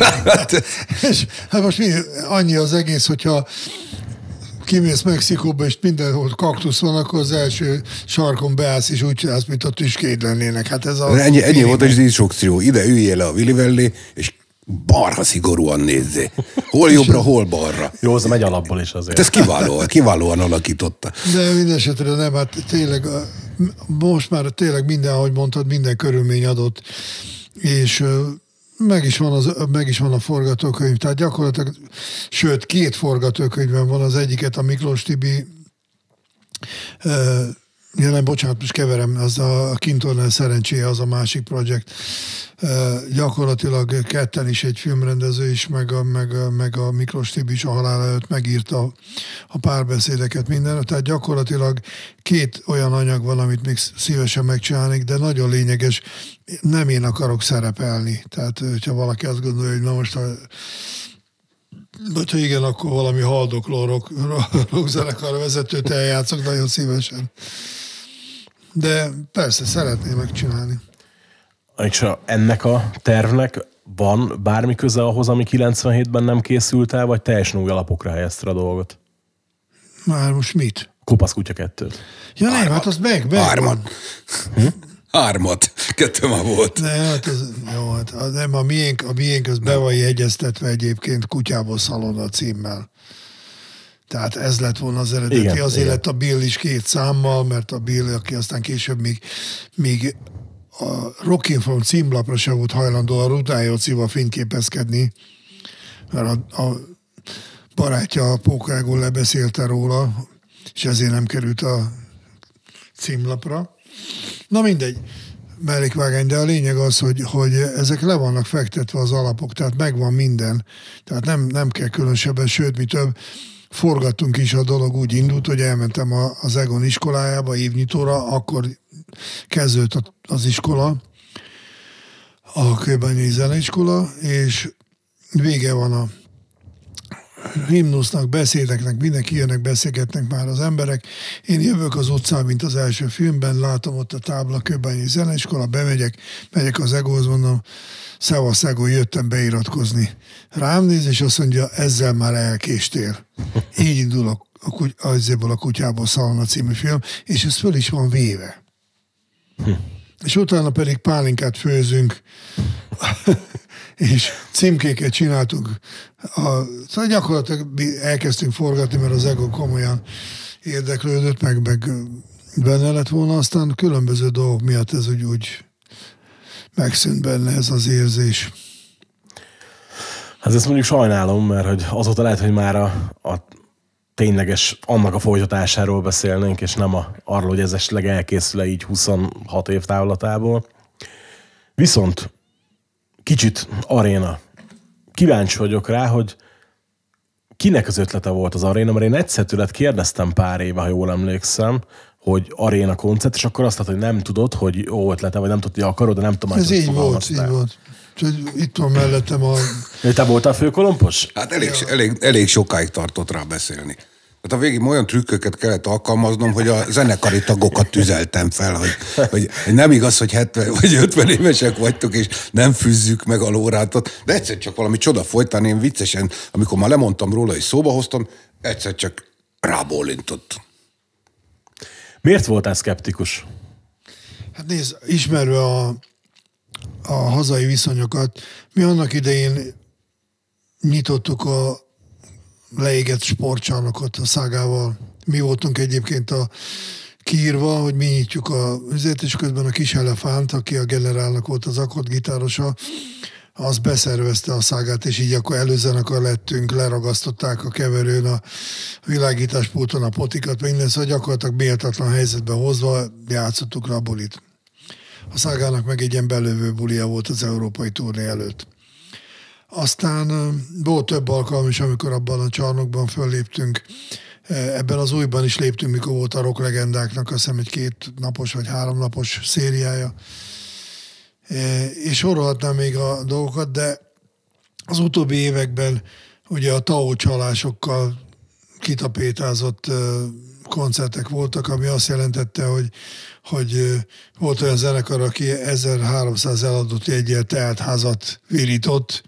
és hát most mi, annyi az egész, hogyha kimész Mexikóba, és mindenhol kaktusz van, akkor az első sarkon beállsz, és úgy csinálsz, mint a tüskéd lennének. Hát ez a ennyi, ennyi volt az instrukció. Ide üljél le a Willy Valley, és balra szigorúan nézzé. Hol jobbra, hol balra. Jó, az megy alapból is azért. Hát ez kiválóan, kiválóan alakította. De mindesetre nem, hát tényleg, most már tényleg minden, ahogy mondtad, minden körülmény adott, és meg is van, az, meg is van a forgatókönyv, tehát gyakorlatilag, sőt, két forgatókönyvben van, az egyiket a Miklós Tibi, ja nem, bocsánat, most keverem, az a Kintornál szerencséje, az a másik projekt. Gyakorlatilag ketten is, egy filmrendező is, meg a, meg a, meg a Miklós Tibi is a halál előtt megírta a párbeszédeket, minden. Tehát gyakorlatilag két olyan anyag van, amit még szívesen megcsinálnék, de nagyon lényeges, nem én akarok szerepelni. Tehát, hogyha valaki azt gondolja, hogy na most a hogyha igen, akkor valami haldokló rock, rock zenekar vezetőt eljátszok nagyon szívesen. De persze, szeretném megcsinálni. És ennek a tervnek van bármi köze ahhoz, ami kilencvenhétben nem készült el, vagy teljesen új alapokra helyezte a dolgot? Már most mit? Kopasz kutya kettőt. Ja nem, hát azt meg, meg Hármat. Hm? Hármat. Kettő már volt. Ne, hát az, jó, hát nem, a miénk, a miénk az be van jegyeztetve egyébként Kutyából Szalonna címmel. Tehát ez lett volna az eredeti. Igen, azért igen. Lett a Bill is két számmal, mert a Bill, aki aztán később még, még a Rockin' from címlapra se volt hajlandó a Rutájócival fényképezkedni, mert a, a barátja a Pókágon lebeszélte róla, és ezért nem került a címlapra. Na mindegy, mellékvágány, de a lényeg az, hogy, hogy ezek le vannak fektetve az alapok, tehát megvan minden. Tehát nem, nem kell különösebben, sőt, mi több, forgattunk is, a dolog úgy indult, hogy elmentem a, az Egon iskolájába évnyitóra, akkor kezdődött az iskola, a Kőbányai Zeneiskola, és vége van a himnusznak, beszédeknek, mindenki jönnek, beszélgetnek már az emberek. Én jövök az utcán, mint az első filmben, látom ott a tábla, Kőbányai Zeneiskola, bemegyek, megyek az Egóhoz, mondom, szevasz Egó, jöttem beiratkozni. Rám néz, és azt mondja, ezzel már elkéstél. Így indul a, a, a, a Kutyából Szalonna című film, és ez föl is van véve. Hm. És utána pedig pálinkát főzünk, és címkéket csináltunk. A, szóval gyakorlatilag elkezdtünk forgatni, mert az Ego komolyan érdeklődött, meg, meg benne lett volna, aztán különböző dolgok miatt ez úgy, úgy megszűnt benne ez az érzés. Hát ezt mondjuk sajnálom, mert hogy azóta lehet, hogy már a, a tényleges annak a folytatásáról beszélnénk, és nem a, arról, hogy ez esetleg elkészül így huszonhat év távlatából. Viszont kicsit aréna. Kíváncsi vagyok rá, hogy kinek az ötlete volt az aréna, mert én egyszer tőled kérdeztem pár éve, ha jól emlékszem, hogy aréna koncert, és akkor azt mondtad, hogy nem tudod, hogy jó ötlete, vagy nem tudod, hogy akarod, de nem tudom, ez így volt, így volt. Itt van mellettem a... Te voltál főkolompos? Hát elég, ja. elég, elég sokáig tartott rá beszélni. Hát a végén olyan trükköket kellett alkalmaznom, hogy a zenekari tagokat tüzeltem fel, hogy, hogy nem igaz, hogy hetven vagy ötven évesek vagytok, és nem fűzzük meg a lórátot, de egyszer csak valami csoda folytán, én viccesen, amikor már lemondtam róla, és szóba hoztam, egyszer csak rábólintott. Miért voltál szkeptikus? Hát nézd, ismerve a, a hazai viszonyokat, mi annak idején nyitottuk a leégett sportcsarnokot a Szágával. Mi voltunk egyébként a kiírva, hogy mi nyitjuk a üzét, és közben a Kis Elefánt, aki a generálnak volt az akkordgitárosa, az beszervezte a Szágát, és így akkor előzenekar lettünk, leragasztották a keverőn, a világításpulton a potikat, minden, szóval gyakorlatilag méltatlan helyzetbe hozva játszottuk rá a bulit. A Szágának meg egy ilyen belövő bulia volt az európai turné előtt. Aztán volt több alkalom is, amikor abban a csarnokban fölléptünk. Ebben az újban is léptünk, mikor volt a rock legendáknak, azt hiszem egy két napos vagy három napos szériája. És sorolhatnám még a dolgokat, de az utóbbi években ugye a Tao csalásokkal kitapétázott koncertek voltak, ami azt jelentette, hogy, hogy volt olyan zenekar, aki ezerháromszáz eladott jeggyel telt házat virított,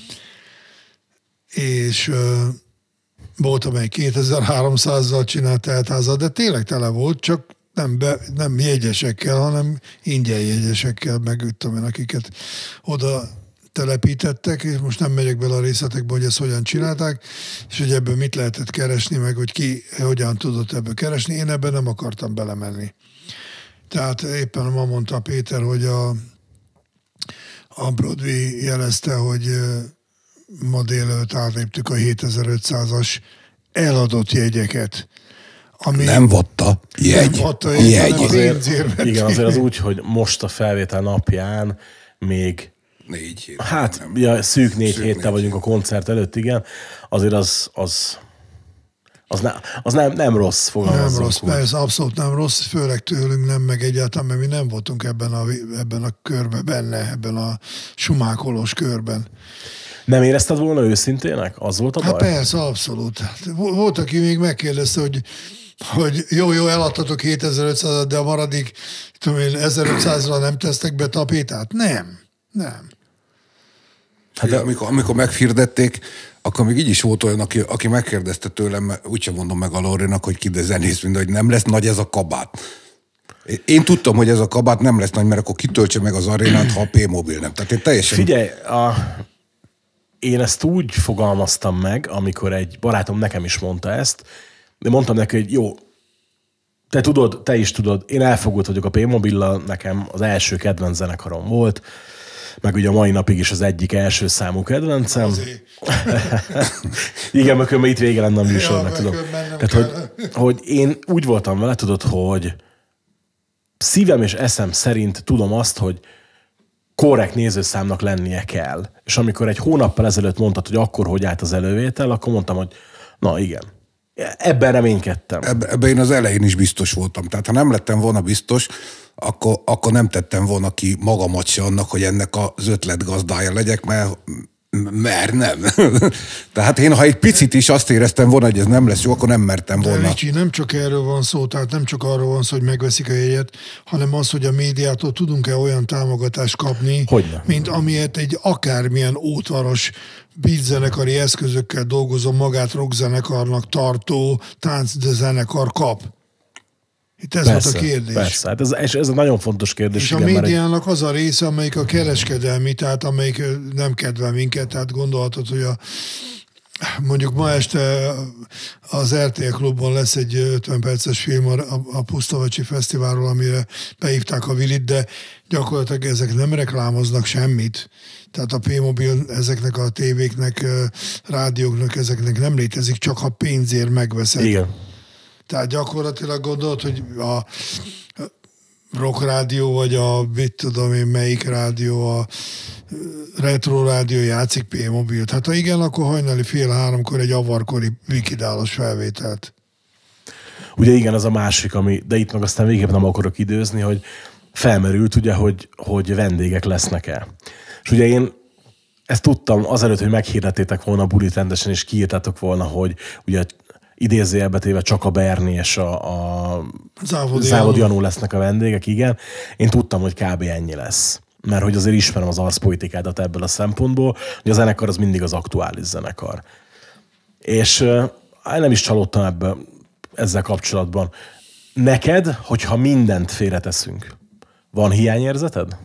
és uh, volt, amely kétezer-háromszázzal csinált teltházat, de tényleg tele volt, csak nem, be, nem jegyesekkel, hanem ingyen jegyesekkel, meg tudom én, akiket oda telepítettek, és most nem megyek bele a részletekbe, hogy ezt hogyan csinálták, és hogy ebből mit lehetett keresni, meg hogy ki hogyan tudott ebből keresni. Én ebben nem akartam belemenni. Tehát éppen ma mondta Péter, hogy a a Broadway jelezte, hogy ma délelőtt átléptük a hétezer-ötszázas eladott jegyeket. Ami nem vatta, jegy. Nem vatta, jegy. Azért, igen, azért az úgy, hogy most a felvétel napján még négy hét. Hát, ja, szűk négy szűk héttel négy vagyunk hét. A koncert előtt, igen. Azért az, az, az, ne, az nem, nem rossz fogalmazunk. Nem rossz, persze, abszolút nem rossz, főleg tőlünk nem, meg egyáltalán, mert mi nem voltunk ebben a, ebben a körben benne, ebben a sumákolós körben. Nem érezted volna őszintének? Az volt a baj? Hát persze, abszolút. Volt, aki még megkérdezte, hogy, hogy jó, jó, eladtatok hétezer-ötszázat, de a maradék, tudom én, ezerötszázra nem tesztek be tapétát? Nem, nem. Hát de amikor, amikor megfirdették, akkor még így is volt olyan, aki, aki megkérdezte tőlem, úgysem mondom meg a Lórinak, hogy ki, de zenész, mind, hogy nem lesz nagy ez a kabát. Én tudtam, hogy ez a kabát nem lesz nagy, mert akkor kitöltse meg az arénát, ha a P-mobil nem. Tehát én teljesen... Figyelj, a... én ezt úgy fogalmaztam meg, amikor egy barátom nekem is mondta ezt, de mondtam neki, hogy jó, te tudod, te is tudod, én elfogult vagyok a P-mobillal, nekem az első kedvenc zenekarom volt, meg ugye a mai napig is az egyik első számú kedvencem. Igen, mert itt vége lenne a műsornak, ja, tudom. Tehát, hogy, hogy én úgy voltam vele, tudod, hogy szívem és eszem szerint tudom azt, hogy korrekt nézőszámnak lennie kell. És amikor egy hónappal ezelőtt mondtad, hogy akkor hogy állt az elővétel, akkor mondtam, hogy na igen. Ebben reménykedtem. Ebben ebbe én az elején is biztos voltam. Tehát ha nem lettem volna biztos, akkor, akkor nem tettem volna ki magamat se annak, hogy ennek az ötlet gazdája legyek, mert, mert nem. Tehát én, ha egy picit is azt éreztem volna, hogy ez nem lesz jó, akkor nem mertem volna. De Ricsi, nem csak erről van szó, tehát nem csak arról van szó, hogy megveszik a jegyet, hanem az, hogy a médiától tudunk-e olyan támogatást kapni, Hogyne. mint amilyet egy akármilyen ótvaros beatzenekari eszközökkel dolgozó, magát rockzenekarnak tartó tánczenekar kap. Itt ez persze, volt a kérdés. Persze, hát ez, és ez egy nagyon fontos kérdés. És igen, a médiának egy... az a része, amelyik a kereskedelmi, tehát amelyik nem kedvel minket, tehát gondolhatod, hogy a, mondjuk ma este az er té el Klubban lesz egy ötven perces film a, a Pusztavacsi Fesztiválról, amire behívták a Willit, de gyakorlatilag ezek nem reklámoznak semmit. Tehát a P-mobil ezeknek a tévéknek, rádióknak, ezeknek nem létezik, csak ha pénzért megveszed. Igen. Tehát gyakorlatilag gondolod, hogy a rock rádió, vagy a mit tudom én, melyik rádió, a retro rádió játszik P-mobilt. Hát ha igen, akkor hajnali fél háromkor egy avarkori vikidálós felvételt. Ugye igen, az a másik, ami, de itt meg aztán végképp nem akarok időzni, hogy felmerült ugye, hogy, hogy vendégek lesznek-e. És ugye én ezt tudtam azelőtt, hogy meghirdettétek volna a bulit rendesen, és kiírtátok volna, hogy ugye idézőjelbe téve csak a Berni és a, a Závodi Janó lesznek a vendégek, igen. Én tudtam, hogy kb. Ennyi lesz. Mert hogy azért ismerem az arszpolitikádat ebből a szempontból, hogy a zenekar az mindig az aktuális zenekar. És uh, nem is csalódtam ebbe, ezzel kapcsolatban. Neked, hogyha mindent félreteszünk, van hiányérzeted?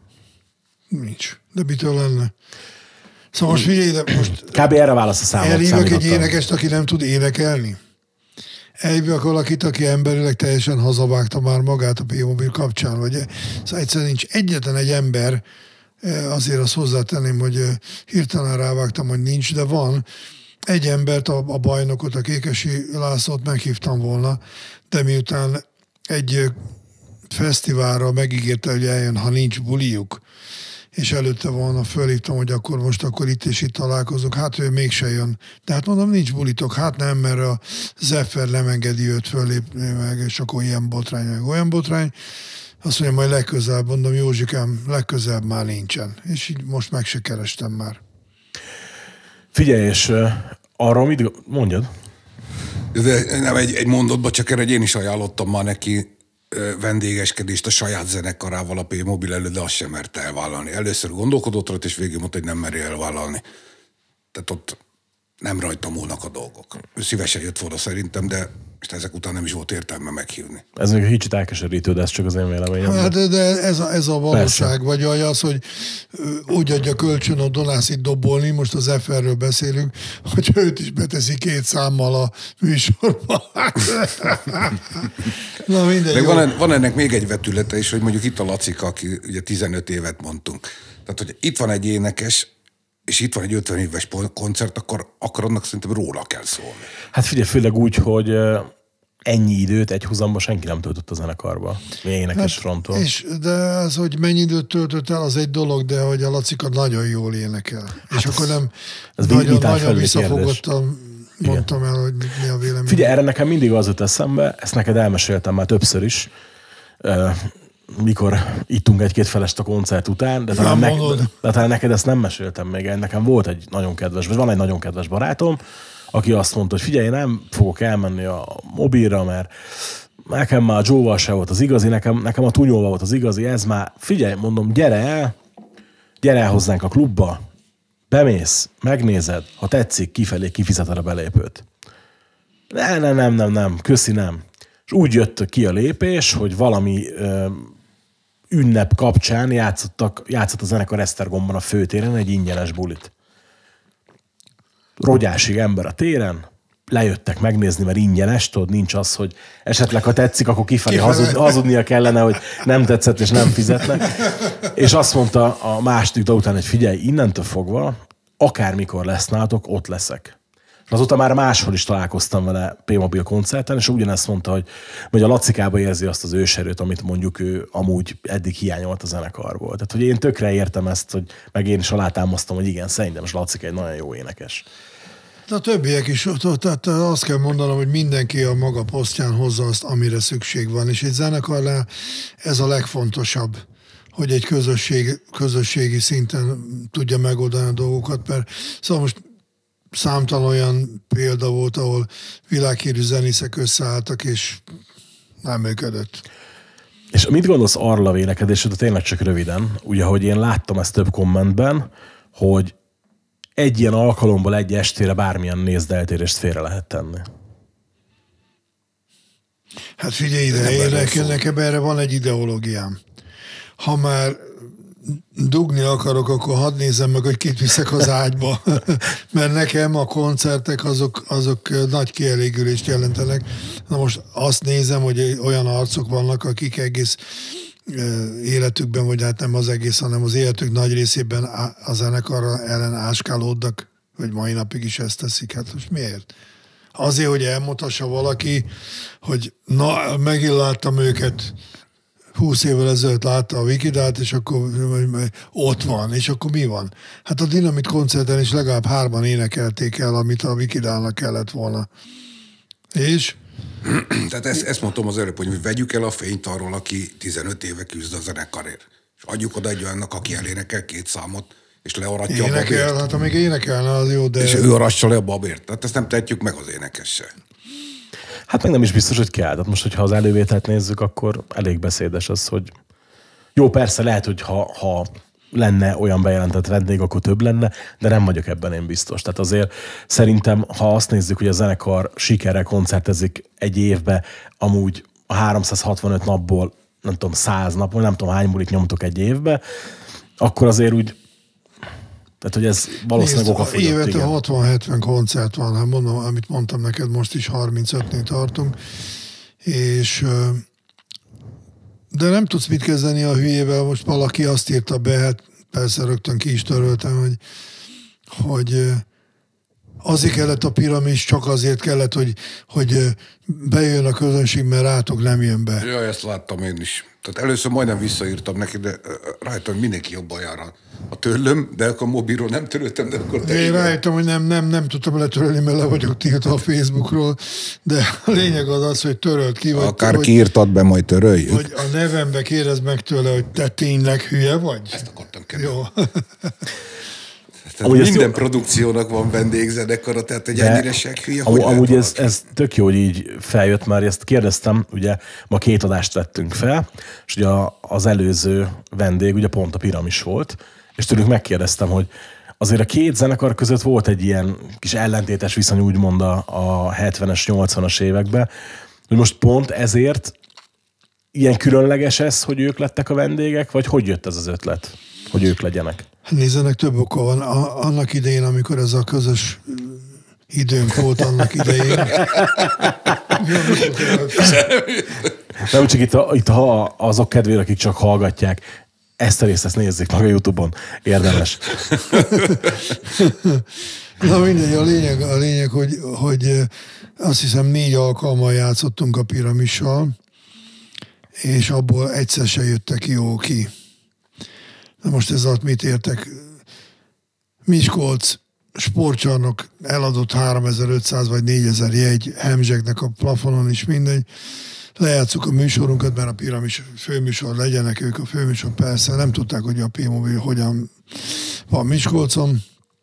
Nincs. De mitől lenne? Szóval most figyelj, de most... Kb. Erre válasz a számot. Elhívok egy énekest, aki nem tud énekelni. Elhívok valakit, aki emberileg teljesen hazavágta már magát a P-mobil kapcsán. Vagy... Szóval egyszerűen nincs egyetlen egy ember, azért azt hozzátenném, hogy hirtelen rávágtam, hogy nincs, de van. Egy embert, a, a bajnokot, a Kékesi Lászlót meghívtam volna, de miután egy fesztiválra megígérte, hogy eljön, ha nincs bulijuk, és előtte volna fölhívtam, hogy akkor most akkor itt és itt találkozunk, hát ő mégse jön. Tehát mondom, nincs bulitok, hát nem, mert a Zeffer nem engedi őt fölépni meg, és akkor ilyen botrány, meg olyan botrány. Azt mondja, majd legközelebb, mondom, Józsikám, legközelebb már nincsen. És így most meg se kerestem már. Figyelj, és uh, arról mit mondjad? De nem egy, egy mondatban, csak erre én is ajánlottam már neki vendégeskedést a saját zenekarával a P-mobil előtt, de azt sem merte elvállalni. Először gondolkodott rá, és végül mondta, hogy nem meri elvállalni. Tehát ott nem rajta múlnak a dolgok. Ő szívesen jött volna szerintem, de ezek után nem is volt értelme meghívni. Ez még egy kicsit elkeserítő, de ez csak az én véleményem. Hát, de ez a, ez a valóság, persze. Vagy az, hogy úgy adja kölcsön a Donászit dobolni, most az ef er-ről beszélünk, hogy őt is beteszi két számmal a műsorba. Na mindegy. Van, van ennek még egy vetülete is, hogy mondjuk itt a Lacika, aki ugye tizenöt évet mondtunk. Tehát, hogy itt van egy énekes, és itt van egy ötven éves koncert, akkor, akkor annak szerintem róla kell szólni. Hát figyelj, főleg úgy, hogy ennyi időt egy húzamban senki nem töltött a zenekarba. Mi énekes hát, fronton. És, de az, hogy mennyi időt töltött el, az egy dolog, de hogy a Lacika nagyon jól énekel. Hát és ez, akkor nem ez nagyon, nagyon visszafogottan mondtam el, hogy mi a vélemény. Figyelj, erre nekem mindig az jut eszembe, ezt neked elmeséltem már többször is, mikor ittunk egy-két felest a koncert után, de talán, meg, de talán neked ezt nem meséltem még. Nekem volt egy nagyon kedves, vagy van egy nagyon kedves barátom, aki azt mondta, hogy figyelj, nem fogok elmenni a mobilra, mert nekem már a Joe-val se volt az igazi, nekem, nekem a Tunyóval volt az igazi, ez már, figyelj, mondom, gyere el, gyere el hozzánk a klubba, bemész, megnézed, ha tetszik, kifelé kifizeted a belépőt. Nem, nem, nem, nem, nem, köszi, nem. És úgy jött ki a lépés, hogy valami ö, ünnep kapcsán játszottak, játszott a zenekar Esztergomban a főtéren egy ingyenes bulit. Rogyásig ember a téren, lejöttek megnézni, mert ingyenes, tudod, nincs az, hogy esetleg ha tetszik, akkor kifelé hazud, hazudnia kellene, hogy nem tetszett és nem fizetnek. És azt mondta a második dal után, hogy figyelj, innentől fogva, akármikor lesz nálatok, ott leszek. És azóta már máshol is találkoztam vele P-Mobil koncerten, és ugyanezt mondta, hogy, hogy a Lacikába érzi azt az őserőt, amit mondjuk ő amúgy eddig hiányolt a zenekarból. Tehát, hogy én tökre értem ezt, hogy meg én is alátámasztom, hogy igen, szerintem a Lacika egy nagyon jó énekes. A többiek is, tehát azt kell mondanom, hogy mindenki a maga posztján hozza azt, amire szükség van, és egy zenekarnál ez a legfontosabb, hogy egy közösség, közösségi szinten tudja megoldani a dolgokat, mert szóval most számtalan olyan példa volt, ahol világhírű zenészek összeálltak, és nem működött. És mit gondolsz arról a vélekedésről, tényleg csak röviden, ugye, hogy én láttam ezt több kommentben, hogy egy ilyen alkalomból egy estére bármilyen nézdeltérést félre lehet tenni. Hát figyelj ide, én nekem, nekem erre van egy ideológiám. Ha már dugni akarok, akkor hadd nézzem meg, hogy kit viszek az ágyba. Mert nekem a koncertek azok, azok nagy kielégülést jelentenek. Na most azt nézem, hogy olyan arcok vannak, akik egész életükben, vagy hát nem az egész, hanem az életük nagy részében a zenekarra ellen áskálódnak, vagy mai napig is ezt teszik. Hát most miért? Azért, hogy elmutassa valaki, hogy na, megint láttam őket, húsz évvel ezelőtt látta a Wikidát, és akkor ott van, és akkor mi van? Hát a Dinamit koncerten is legalább hárman énekelték el, amit a Wikidának kellett volna. És? Tehát ezt, ezt mondtam az előbb, hogy vegyük el a fényt arról, aki tizenöt éve küzd a zenekarért. És adjuk oda egy olyannak, aki elénekel két számot, és learatja Énekel, a babért. Hát amíg énekelne, az jó, de... És ő arassa le a babért. Tehát ezt nem tehetjük meg az énekessel. Hát meg nem is biztos, hogy kell. Tehát most, hogyha az elővételt nézzük, akkor elég beszédes az, hogy jó, persze lehet, hogy ha, ha lenne olyan bejelentett vendég, akkor több lenne, de nem vagyok ebben én biztos. Tehát azért szerintem, ha azt nézzük, hogy a zenekar sikerrel koncertezik egy évbe, amúgy a háromszázhatvanöt napból, nem tudom, száz napból, nem tudom hány bulit nyomtok egy évbe, akkor azért úgy, tehát hogy ez valószínűleg okafogyott. Évente hatvan-hetven koncert van, hát mondom, amit mondtam neked, most is harmincötnél tartunk, és de nem tudsz mit kezdeni a hülyével, most valaki azt írta be, hát persze rögtön ki is töröltem, hogy, hogy azért kellett a piramis, csak azért kellett, hogy, hogy bejön a közönség, mert rátok nem jön be. Ja, ezt láttam én is. Tehát először majdnem visszaírtam neki, de rájöttem, mindenki jobban jár a törlöm, de akkor a mobilról nem töröltem, de akkor te... Én rájöttem, hogy nem, nem, nem tudtam letörölni, mert le vagyok tiltva a Facebookról, de a lényeg az az, hogy törölt ki. Vagy, akár kiírtad be, majd töröljük. Hogy a nevembe kérdezd meg tőle, hogy te tényleg hülye vagy? Ezt akartam kérdezni. Jó. Tehát minden produkciónak van vendégzenekara, tehát egy ennyire seghülye. Amúgy, amúgy ez, ez tök jó, hogy így feljött, már ezt kérdeztem, ugye ma két adást vettünk fel, és ugye az előző vendég ugye pont a Piramis volt, és tőlük megkérdeztem, hogy azért a két zenekar között volt egy ilyen kis ellentétes viszony úgymond a, a hetvenes, nyolcvanas években, hogy most pont ezért ilyen különleges ez, hogy ők lettek a vendégek, vagy hogy jött ez az ötlet, hogy ők legyenek? Nézzenek, több oka van. A, annak idején, amikor ez a közös időnk volt annak idején. Nem csak itt, a, itt ha azok kedvére, akik csak hallgatják. Ezt a részt ezt nézzék meg a YouTube-on. Érdemes. Na mindegy, a lényeg, a lényeg hogy, hogy azt hiszem négy alkalommal játszottunk a Piramissal, és abból egyszer se jöttek jó ki. Na most ez alatt mit értek? Miskolc sportcsarnok eladott háromezer-ötszáz vagy négyezer jegy Hemzseknek a plafonon is, mindegy. Lejátszuk a műsorunkat, mert a Piramis főműsor legyenek ők a főműsor, persze nem tudták, hogy a P-Mobil hogyan van Miskolcon.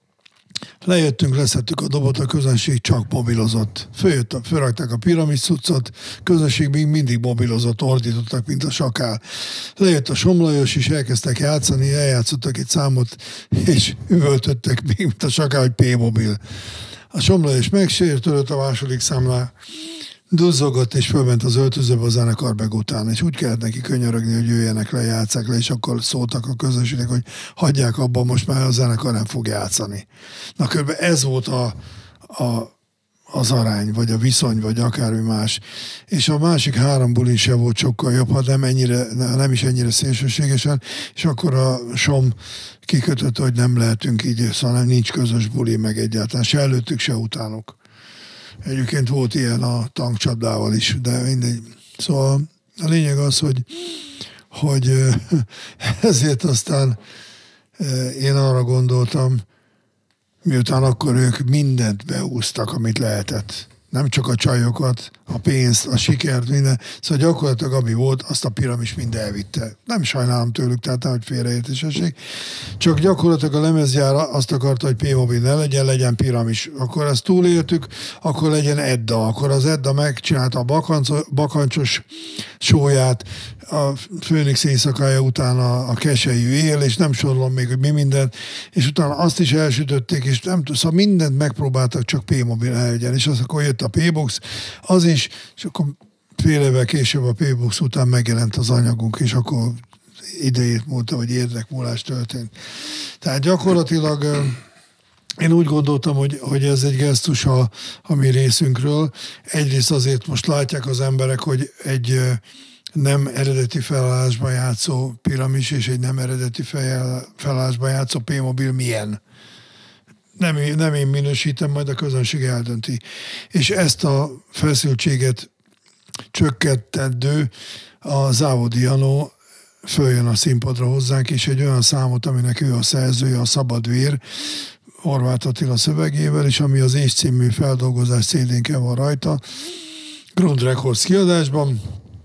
Lejöttünk, leszettük a dobot, a közönség csak mobilozott. Följött, fölrakták a Piramis cuccot, közönség még mindig mobilozott, ordítottak, mint a sakál. Lejött a Somlajos is, elkezdtek játszani, eljátszottak egy számot, és üvöltöttek még, mint a sakál, hogy P-Mobil. A Somlajos megsértődött a második számlá, duzzogott, és fölment az öltözőbe a zenekarbeg után, és úgy kellett neki könyörögni, hogy jöjjenek le, játsszák le, és akkor szóltak a közönségnek, hogy hagyják abba, most már a zenekar nem fog játszani. Na körülbelül ez volt a, a, az arány, vagy a viszony, vagy akármi más. És a másik három bulin se volt sokkal jobb, ha nem, ennyire, nem is ennyire szélsőségesen, és akkor a Som kikötött, hogy nem lehetünk így, szóval nincs közös buli meg egyáltalán, se előttük, se utánuk. Egyébként volt ilyen a tankcsapdával is, de mindegy. Szóval a lényeg az, hogy, hogy ezért aztán én arra gondoltam, miután akkor ők mindent beúztak, amit lehetett. Nem csak a csajokat, a pénzt, a sikert, minden. Szóval gyakorlatilag ami volt, azt a Piramis mind elvitte. Nem sajnálom tőlük, tehát nem, hogy félreértés esik. Csak gyakorlatilag a lemezgyára azt akarta, hogy P-Mobil ne legyen, legyen Piramis. Akkor ezt túléltük, akkor legyen Edda. Akkor az Edda megcsinálta a bakancos, bakancsos sóját, a Főnix éjszakája után a, a keselyű él, és nem sorolom még, hogy mi mindent, és utána azt is elsütötték, és nem tudom, szóval mindent megpróbáltak, csak P-Mobil legyen, és az akkor jött a P-Box, az is, és akkor fél évvel később a P-Box után megjelent az anyagunk, és akkor idejét múlta, vagy érdekmúlás történt. Tehát gyakorlatilag én úgy gondoltam, hogy, hogy ez egy gesztus a, a mi részünkről. Egyrészt azért most látják az emberek, hogy egy nem eredeti felállásban játszó Piramis és egy nem eredeti felállásban játszó P-Mobil milyen. Nem, nem én minősítem, majd a közönség eldönti. És ezt a feszültséget csökkentendő a Závodi Janó följön a színpadra hozzánk, és egy olyan számot, aminek ő a szerzője, a Szabadvér, Horváth Attila szövegével, és ami az És című feldolgozás cé dén-ken van rajta, Grund Records kiadásban,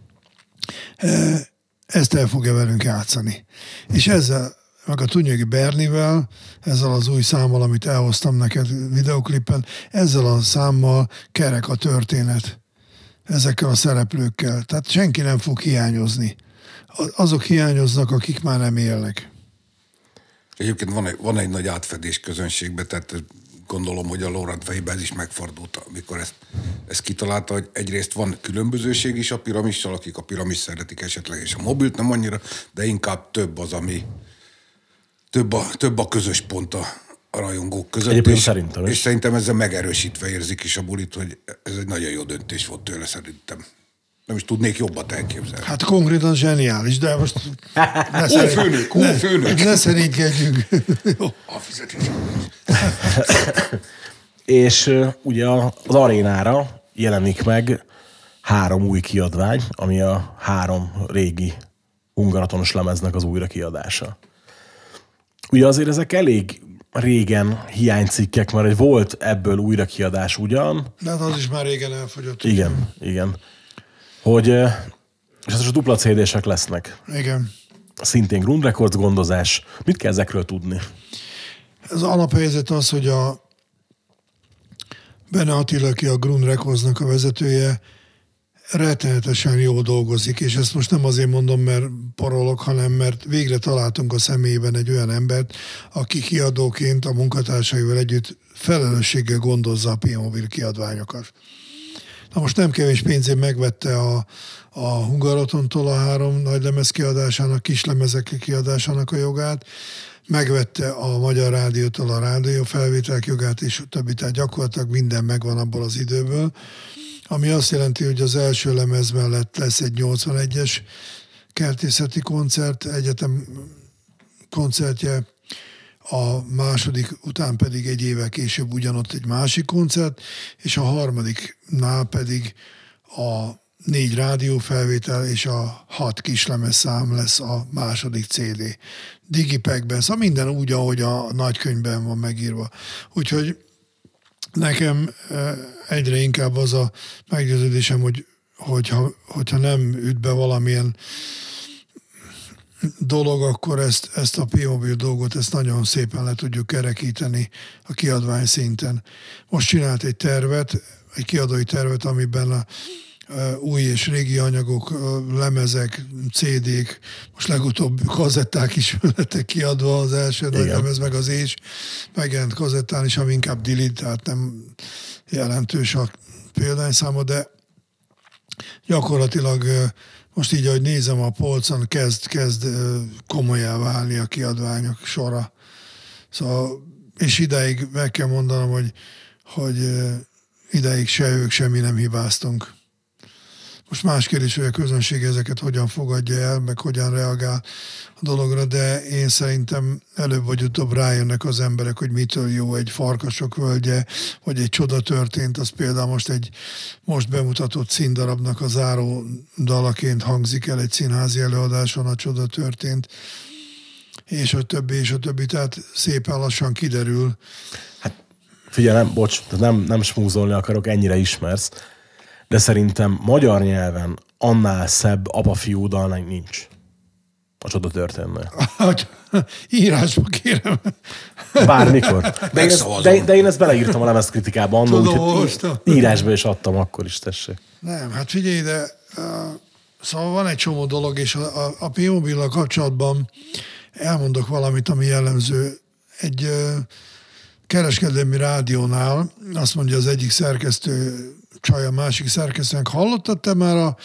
ezt el fogja velünk játszani. És ezzel, meg a Tunyögi Bernivel, ezzel az új számmal, amit elhoztam neked videoklippen, ezzel a számmal kerek a történet. Ezekkel a szereplőkkel. Tehát senki nem fog hiányozni. Azok hiányoznak, akik már nem élnek. Egyébként van egy, van egy nagy átfedés közönségben, tehát gondolom, hogy a Lórand fejében ez is megfordult, amikor ezt, ezt kitalálta, hogy egyrészt van különbözőség is a Piramissal, akik a Piramis szeretik esetleg, és a mobilt nem annyira, de inkább több az, ami több a, több a közös pont a, a rajongók között. Egyébként és, szerintem és szerintem ezzel megerősítve érzik is a bulit, hogy ez egy nagyon jó döntés volt tőle szerintem. Nem is tudnék jobbat elképzelni. Hát konkrétan zseniális, de most ne főnök, főnök. Ne szerintkedjünk. A fizetés. És uh, ugye az arénára jelenik meg három új kiadvány, ami a három régi hungaratonos lemeznek az újra kiadása. Ugye azért ezek elég régen hiánycikkek, mert egy volt ebből újra kiadás ugyan. De hát az is már régen elfogyott. Igen, igen. Hogy, és ez a dupla cé dések lesznek. Igen. Szintén Grund Records gondozás. Mit kell ezekről tudni? Az alaphelyzet az, hogy a Bene Attila, aki a Grund Recordsnak a vezetője, rettenetesen jól dolgozik, és ezt most nem azért mondom, mert porolok, hanem mert végre találtunk a személyében egy olyan embert, aki kiadóként a munkatársaival együtt felelősséggel gondozza a P-Mobil kiadványokat. Na most nem kevés pénzén megvette a, a Hungaratontól a három nagy lemez kiadásának, kis lemezek kiadásának a jogát, megvette a Magyar Rádiótól a rádió felvételek jogát, és többi, tehát gyakorlatilag minden megvan abból az időből, ami azt jelenti, hogy az első lemez mellett lesz egy nyolcvanegyes kertészeti koncert, egyetem koncertje, a második után pedig egy évvel később ugyanott egy másik koncert, és a harmadiknál pedig a négy rádiófelvétel és a hat kislemezszám lesz a második cé dé. Digipackben, szóval minden úgy, ahogy a nagykönyvben van megírva. Úgyhogy nekem egyre inkább az a meggyőződésem, hogy hogyha, hogyha nem üt be valamilyen dolog, akkor ezt, ezt a P-Mobil dolgot, ezt nagyon szépen le tudjuk kerekíteni a kiadvány szinten. Most csinált egy tervet, egy kiadói tervet, amiben a új és régi anyagok, lemezek, cé dék, most legutóbb kazetták is lettek kiadva, az első nagy lemez, meg az és megjelent kazettán is, ami inkább dilit, tehát nem jelentős a példányszáma, de gyakorlatilag most így, ahogy nézem a polcon, kezd, kezd komolyá válni a kiadványok sora. Szóval, és ideig meg kell mondanom, hogy, hogy ideig se ők, semmi nem hibáztunk. Most más kérdés, hogy a közönség ezeket hogyan fogadja el, meg hogyan reagál a dologra, de én szerintem előbb vagy utóbb rájönnek az emberek, hogy mitől jó egy Farkasok völgye, vagy egy Csoda történt, az például most egy most bemutatott színdarabnak a záró dalaként hangzik el egy színházi előadáson, a Csoda történt, és a többi, és a többi, tehát szépen lassan kiderül. Hát figyelj, nem, bocs, nem, nem smúzolni akarok, ennyire ismersz, de szerintem magyar nyelven annál szebb apa-fiú dal nincs. A Csoda történne. Írásba kérem. Bármikor. De én, ezt, de, de én ezt beleírtam a lemezkritikába annól, úgyhogy írásba is adtam, akkor is tessék. Nem, hát figyelj, de uh, szóval van egy csomó dolog, és a, a, a P-Mobillal kapcsolatban elmondok valamit, ami jellemző. Egy uh, kereskedelmi rádiónál azt mondja az egyik szerkesztő, csaj a másik szerkesztőnek, hallottad te már a,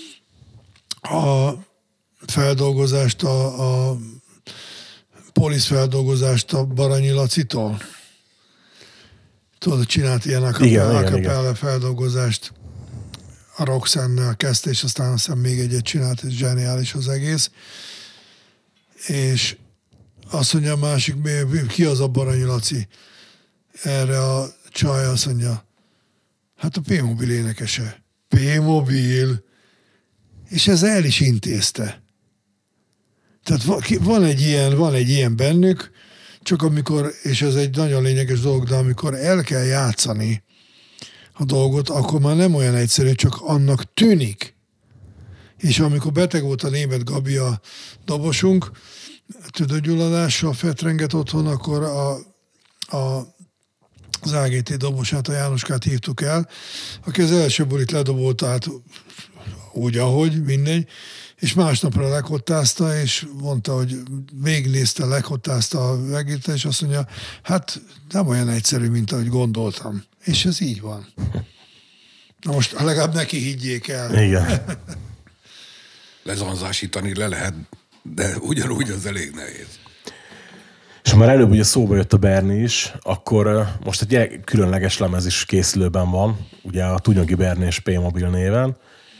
a feldolgozást, a, a polisz feldolgozást a Baranyi Lacitól? Tudod, csinált ilyen a feldolgozást, a Roxannel kezdte, és aztán aztán még egyet csinált, és zseniális az egész. És azt mondja a másik, ki az a Baranyi Laci? Erre a csaj azt mondja, hát a P-Mobil énekese. P-Mobil. És ez el is intézte. Tehát van egy ilyen, van egy ilyen bennük, csak amikor, és ez egy nagyon lényeges dolog, de amikor el kell játszani a dolgot, akkor már nem olyan egyszerű, csak annak tűnik. És amikor beteg volt a Németh Gabi, a dobosunk, tüdőgyulladással fetrengett otthon, akkor a, a az á gé té dobosát, a Jánoskát hívtuk el, aki az első bulit ledobolta át úgy, ahogy, mindegy, és másnapra lekottázta, és mondta, hogy végignézte, lekottázta, megírta, és azt mondja, hát nem olyan egyszerű, mint ahogy gondoltam. És ez így van. Na most legalább neki higgyék el. Igen. Lezanzásítani le lehet, de ugyanúgy az elég nehéz. És ha már előbb ugye szóba jött a Berni is, akkor most egy különleges lemez is készülőben van, ugye a Tunyogi Berni és P-Mobil néven.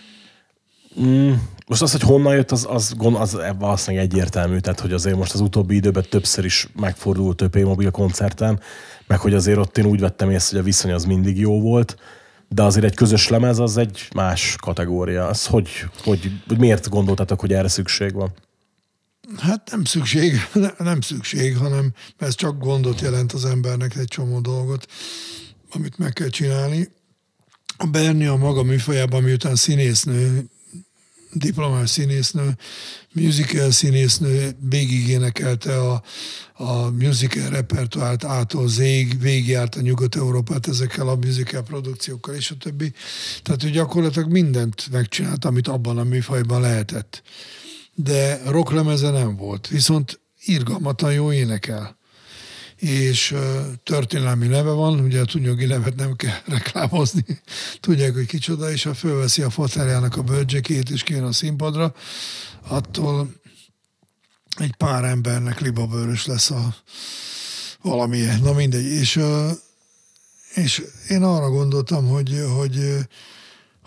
Mm, most az, hogy honnan jött, az, az, az valószínűleg egyértelmű, tehát hogy azért most az utóbbi időben többször is megfordult P-Mobil koncerten, meg hogy azért ott én úgy vettem észre, hogy a viszony az mindig jó volt, de azért egy közös lemez az egy más kategória. Az hogy, hogy, hogy miért gondoltatok, hogy erre szükség van? Hát nem szükség, nem szükség, hanem ez csak gondot jelent az embernek, egy csomó dolgot, amit meg kell csinálni. A Berni a maga műfajában, miután színésznő, diplomás színésznő, musical színésznő, végig énekelte a, a musical repertoárt ától zég, végigjárt a Nyugat-Európát ezekkel a musical produkciókkal és a többi. Tehát ő gyakorlatilag mindent megcsinált, amit abban a műfajban lehetett. De rocklemeze nem volt, viszont irgalmatlan jó énekel. És uh, történelmi neve van, ugye a Tunyogi nevet nem kell reklámozni, tudják, hogy kicsoda, és ha fölveszi a faterjának a bölcsekét, és kijön a színpadra, attól egy pár embernek libabőrös lesz a valamilyen, na mindegy. És, uh, és én arra gondoltam, hogy, hogy,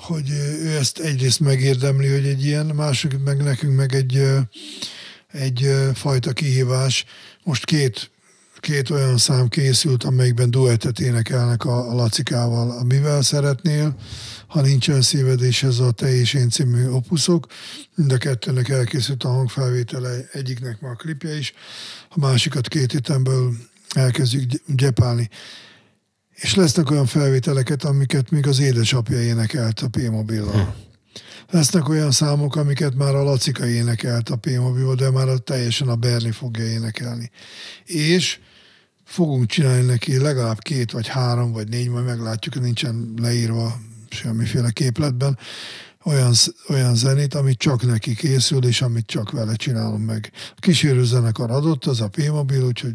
hogy ő ezt egyrészt megérdemli, hogy egy ilyen, másik meg nekünk meg egy, egy fajta kihívás. Most két, két olyan szám készült, amelyikben duettet énekelnek a, a Lacikával. A Mivel szeretnél, ha nincsen szíved, és ez a Te és én című opuszok. Mind a kettőnek elkészült a hangfelvétele, egyiknek már a klipje is, a másikat két hétenből elkezdjük gyepálni. És lesznek olyan felvételeket, amiket még az édesapja énekelt a P-Mobillal. Hm. Lesznek olyan számok, amiket már a Lacika énekelt a P-Mobillal, de már a, teljesen a Berni fogja énekelni. És fogunk csinálni neki legalább két, vagy három, vagy négy, majd meglátjuk, hogy nincsen leírva semmiféle képletben, olyan, olyan zenét, amit csak neki készül, és amit csak vele csinálom meg. A kísérő zenekar adott, az a P-Mobil, úgyhogy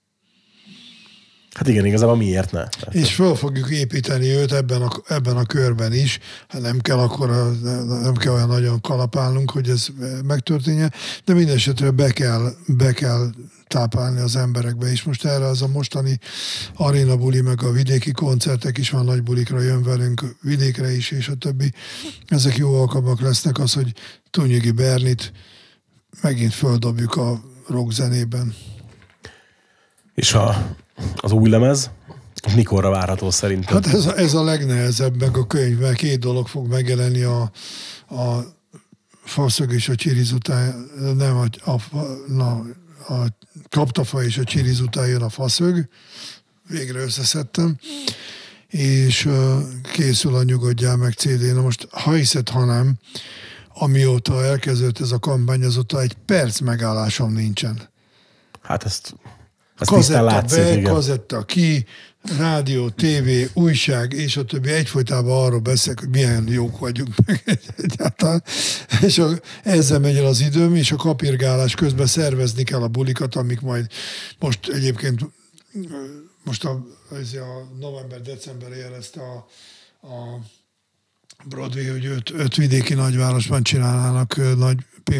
hát igen, igazából miért ne? És föl fogjuk építeni őt ebben a, ebben a körben is. Hát nem kell akkor, nem kell olyan nagyon kalapálnunk, hogy ez megtörténjen, de minden esetre be kell, be kell táplálni az emberekbe, és most erre az a mostani aréna buli, meg a vidéki koncertek is van, nagy bulikra jön velünk, vidékre is, és a többi. Ezek jó alkalmak lesznek az, hogy Túnyigi Bernit megint földobjuk a rock zenében. És a, az új lemez, mikorra várható szerintem? Hát ez a, ez a legnehezebb, meg a könyvben két dolog fog megjelenni, a, a Faszög és a Csiriz után, nem a, a, na, a Kaptafa és a Csiriz után jön a Faszög, végre összeszedtem, és uh, készül a Nyugodjál meg cé dé. Na most, ha hiszed, ha nem, amióta elkezdődött ez a kampány, azóta egy perc megállásom nincsen. Hát ezt... Ezt kazetta látszik, be, igen. kazetta ki, rádió, tévé, újság, és a többi. Egyfolytában arról beszélek, hogy milyen jók vagyunk meg egyáltalán. És a, ezzel megy el az időm, és a kapirgálás közben szervezni kell a bulikat, amik majd most egyébként most a, a november-december jelezte a, a Broadway, hogy öt, öt vidéki nagyvárosban csinálnának nagy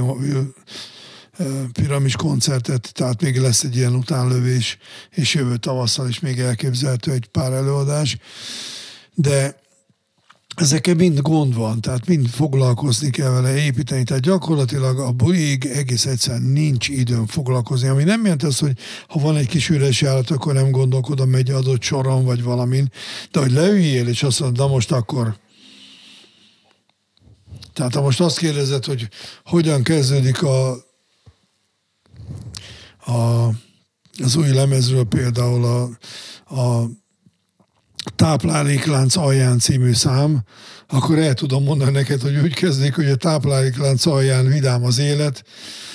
piramis koncertet, tehát még lesz egy ilyen utánlövés, és jövő tavasszal is még elképzelhető egy pár előadás, de ezekkel mind gond van, tehát mind foglalkozni kell vele, építeni, tehát gyakorlatilag a bulig egész egyszerűen nincs időm foglalkozni, ami nem jelent az, hogy ha van egy kis üres járat, akkor nem gondolkodom egy adott soron, vagy valamin, de hogy leüljél, és azt mondod, na most akkor. Tehát ha most azt kérdezed, hogy hogyan kezdődik a A, az új lemezről például a, a Tápláléklánc alján című szám, akkor el tudom mondani neked, hogy úgy kezdik, hogy a tápláléklánc alján vidám az élet,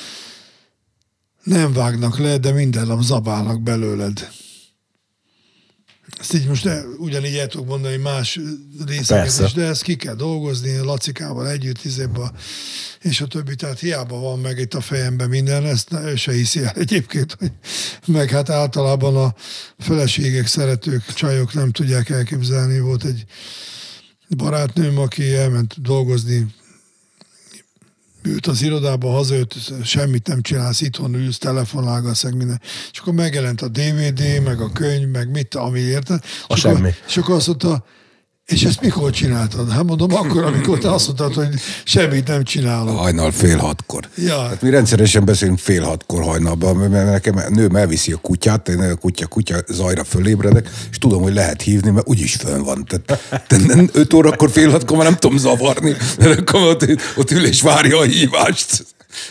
nem vágnak le, de minden nap zabálnak belőled. Ezt így most el, ugyanígy el tudok mondani más részeket Persze. is, de ezt ki kell dolgozni Lacikával együtt, izéba, és a többi, tehát hiába van meg itt a fejemben minden, ezt ő se hiszi el egyébként, hogy meg hát általában a feleségek, szeretők, csajok nem tudják elképzelni. Volt egy barátnőm, aki elment dolgozni, ült az irodába, hazajött, semmit nem csinálsz, itthon ülsz, telefonálgatsz, meg minden. És akkor megjelent a dé vé dé, meg a könyv, meg mit, ami érted. A és semmi. Akkor, és akkor azt mondta, és ezt mikor csináltad? Hát mondom, akkor, amikor te azt mondtad, hogy semmit nem csinálok. Hajnal fél hatkor. Ja. Hát mi rendszeresen beszélünk fél hatkor hajnalban, mert nekem a nőm elviszi a kutyát, én a kutya, kutya zajra fölébredek, és tudom, hogy lehet hívni, mert úgyis fönn van. Tehát öt órakor, fél hatkor már nem tudom zavarni, mert akkor ott, ott ül és várja a hívást.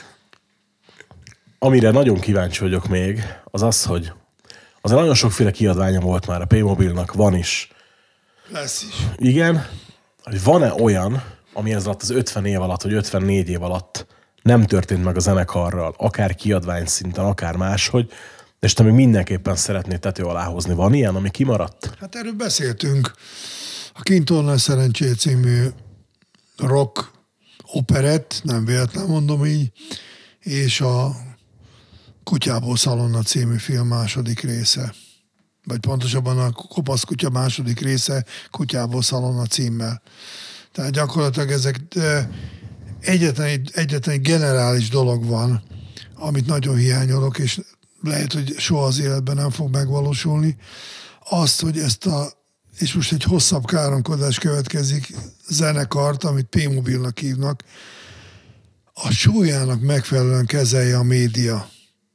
Amire nagyon kíváncsi vagyok még, az az, hogy azért nagyon sokféle kiadványa volt már a P-Mobilnak, van is. Lesz is. Igen, hogy van-e olyan, ami ez alatt az ötven év alatt, vagy ötvennégy év alatt nem történt meg a zenekarral, akár kiadvány szinten, akár máshogy, és te még mindenképpen szeretnéd tető alá hozni. Van ilyen, ami kimaradt? Hát erről beszéltünk. A Kintornál Szerencsé című rock operett, nem véletlen mondom így, és a Kutyából Szalonna című film második része. Vagy pontosabban a Kopasz kutya második része Kutyából Szalonna címmel. Tehát gyakorlatilag ezek egyetlen egy, egyetlen egy generális dolog van, amit nagyon hiányolok, és lehet, hogy soha az életben nem fog megvalósulni. Azt, hogy ezt a és most egy hosszabb káromkodás következik, zenekart, amit P-Mobilnak hívnak, a súlyának megfelelően kezelje a média.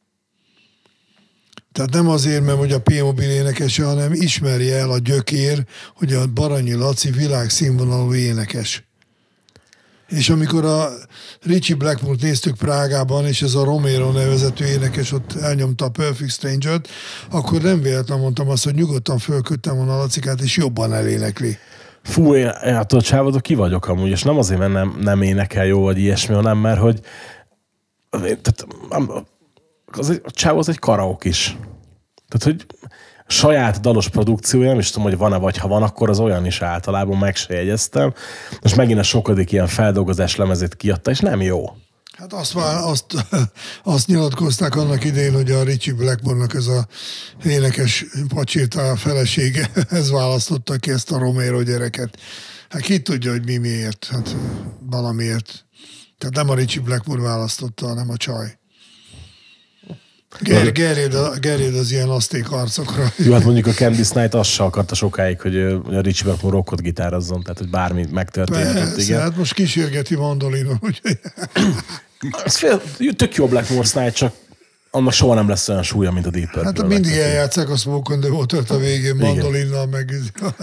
Tehát nem azért, mert hogy a P-Mobil énekese, hanem ismerje el a gyökér, hogy a Baranyi Laci világszínvonalú énekes. És amikor a Richie Blackmore-t néztük Prágában, és ez a Romero nevezetű énekes ott elnyomta a Perfect Stranger-t, akkor nem véletlenül mondtam azt, hogy nyugodtan fölköttem volna a Lacikát, és jobban elénekli. Fú, én attól csávadok ki vagyok amúgy, és nem azért, mert nem, nem énekel jó, vagy ilyesmi, hanem mert, hogy tehát, az egy, a csáv az egy karaok is. Tehát, hogy saját dalos produkciója, nem is tudom, hogy van-e, vagy ha van, akkor az olyan is általában, meg se jegyeztem. Most megint a sokadik ilyen feldolgozás lemezét kiadta, és nem jó. Hát azt, azt, azt nyilatkozták annak idején, hogy a Richie Blackmore-nak ez a énekes pacsirta a felesége, ez választotta ki ezt a Romero gyereket. Hát ki tudja, hogy mi miért, hát valamiért. Tehát nem a Richie Blackmore választotta, hanem a csaj. Gerjed az ilyen aszték arcokra. Jó, hát mondjuk a Candice Night azt se akarta sokáig, hogy a Richie Blackmore rockot gitározzon, tehát hogy bármi megtörténhet. Persze, igen. Hát most kísérgeti mandolinon, úgyhogy... Ez fél, tök jó Blackmore Night, csak annak soha nem lesz olyan súlya, mint a Deep Purple. Hát mindig eljátszák a Smoke on the Water-t a végén mandolinnal, meg...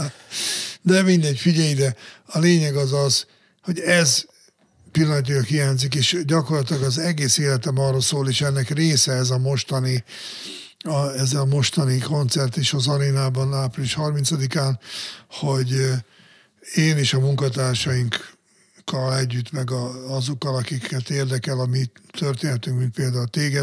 De mindegy, figyelj ide. A lényeg az az, hogy ez pillanatnyilag hiányzik, és gyakorlatilag az egész életem arról szól, és ennek része ez a mostani, a, ez a mostani koncert is az arénában április harmincadikán, hogy én és a munkatársainkkal együtt, meg a, azokkal, akiket érdekel a mi történetünk, mint például téged,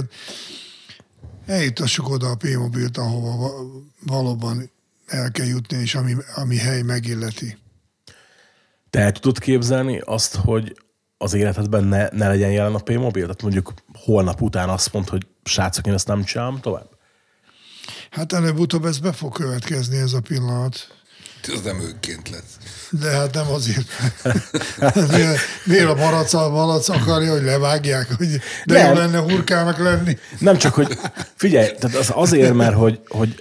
eljuttassuk oda a P-Mobilt, ahova valóban el kell jutni, és ami, ami hely megilleti. Te el tudod képzelni azt, hogy az életedben ne, ne legyen jelen a P-Mobil? Tehát mondjuk holnap után azt mond, hogy srácok, én ezt nem csinálom tovább? Hát előbb-utóbb ez be fog következni, ez a pillanat. Ez nem önként lesz. De hát nem azért. miért, miért a malac, a malac akarja, hogy levágják? Hogy de nem. Jó lenne hurkának lenni? Nem csak, hogy figyelj, tehát az azért, mert hogy, hogy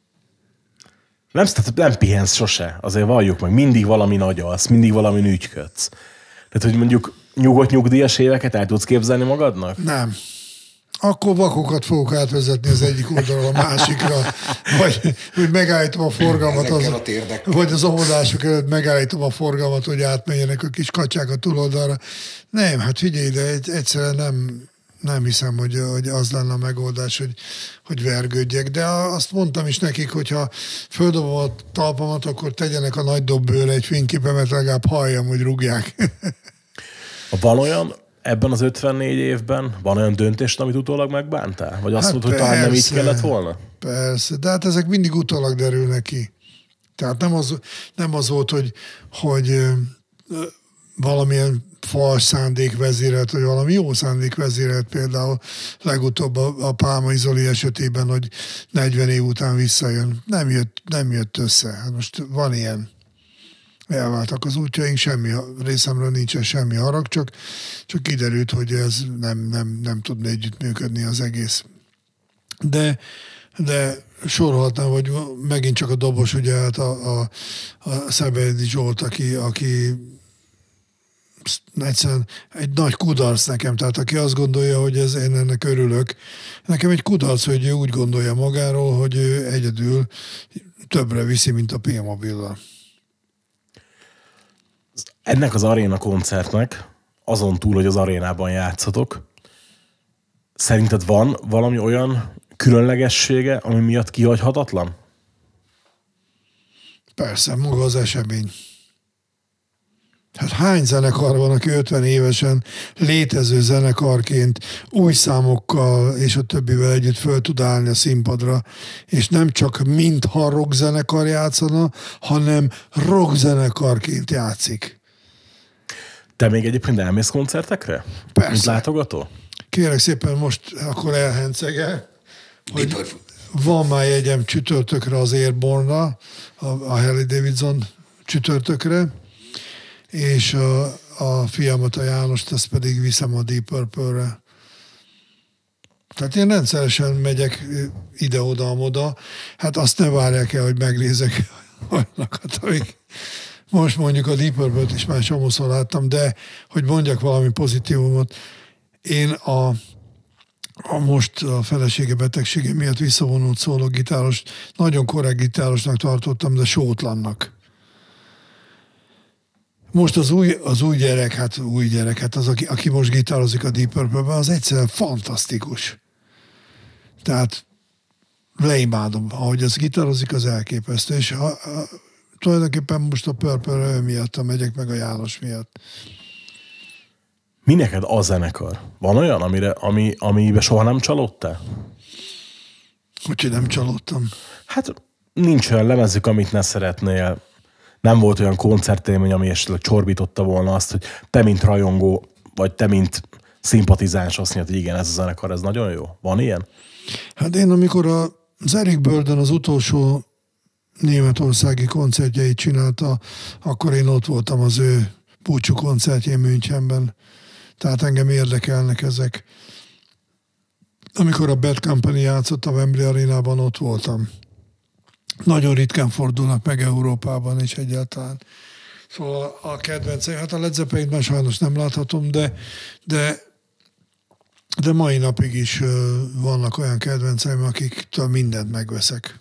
nem, nem pihensz sose, azért valljuk meg, mindig valami agyalsz, mindig valami ügyködsz. Tehát, hogy mondjuk nyugodt nyugdíjas éveket el tudsz képzelni magadnak? Nem. Akkor vakokat fogok átvezetni az egyik oldalról a másikra, vagy hogy megállítom a forgalmat, az, a vagy az óvodások előtt megállítom a forgalmat, hogy átmenjenek a kis kacsák a túloldalra. Nem, hát figyelj, de egy, egyszerűen nem, nem hiszem, hogy, hogy az lenne a megoldás, hogy, hogy vergődjek. De azt mondtam is nekik, hogyha földobom a talpamat, akkor tegyenek a nagy dobbőre egy fényképemet, legalább halljam, hogy rúgják. Van olyan ebben az ötvennégy évben, van olyan döntést, amit utólag megbántál? Vagy azt hát mondod, hogy talán nem így kellett volna? Persze, de hát ezek mindig utólag derülnek ki. Tehát nem az, nem az volt, hogy, hogy valamilyen fals szándék vezérelt, vagy valami jó szándék vezérelt, például legutóbb a, a Pálmai Zoli esetében, hogy negyven év után visszajön. Nem jött, nem jött össze. Hát most van ilyen. Elváltak az útjaink, semmi, részemről nincsen semmi harag, csak, csak kiderült, hogy ez nem, nem, nem tudna együttműködni az egész. De, de sorolhatnám, hogy megint csak a dobos, ugye hát a, a, a Szebedi Zsolt, aki, aki egyszerűen egy nagy kudarc nekem, tehát aki azt gondolja, hogy ez, én ennek örülök. Nekem egy kudarc, hogy ő úgy gondolja magáról, hogy ő egyedül többre viszi, mint a P-Mobillal. Ennek az aréna koncertnek, azon túl, hogy az arénában játszatok, szerinted van valami olyan különlegessége, ami miatt kihagyhatatlan? Persze, maga az esemény. Hát hány zenekar van, aki ötven évesen létező zenekarként új számokkal és a többivel együtt föl tud állni a színpadra, és nem csak mintha rockzenekar játszana, hanem rockzenekarként játszik. Te még egyébként elmész koncertekre? Persze. Mint látogató? Kérlek szépen most akkor elhencege, hogy van már jegyem csütörtökre az Airborne-ra, a, a Harley Davidson csütörtökre, és a, a fiamat, a Jánost, ezt pedig viszem a Deep Purple-re. Tehát én rendszeresen megyek ide-oda-oda. Hát azt ne várják el, hogy megnézek olyanokat, amik most mondjuk a Deep Purple-t is már csomószor láttam, de hogy mondjak valami pozitívumot, én a, a most a felesége betegsége miatt visszavonult szóló gitáros, nagyon korrekt gitárosnak tartottam, de sótlannak. Most az új, az új gyerek, hát új gyerek, hát az, aki, aki most gitározik a Deep Purple-ben, az egyszerűen fantasztikus. Tehát leimádom, ahogy az gitározik, az elképesztő, és ha, ha, tulajdonképpen most a Purple miatt megyek, meg a János miatt. Mi neked a zenekar? Van olyan, amire, ami, amiben soha nem csalódtál? Úgyhogy nem csalódtam. Hát nincs olyan lemezük, amit ne szeretnél. Nem volt olyan koncertélmény, ami esetleg csorbította volna azt, hogy te, mint rajongó, vagy te, mint szimpatizáns azt mondja, hogy igen, ez a zenekar, ez nagyon jó. Van ilyen? Hát én, amikor az Eric Burdon az utolsó németországi koncertjeit csinálta, akkor én ott voltam az ő búcsú koncertjén Münchenben. Tehát engem érdekelnek ezek. Amikor a Bad Company játszott a Wembley Arénában, ott voltam. Nagyon ritkán fordulnak meg Európában is egyáltalán. Szóval a kedvencem, hát a Led Zeppelint már sajnos nem láthatom, de, de, de mai napig is vannak olyan kedvenceim, akiktől mindent megveszek.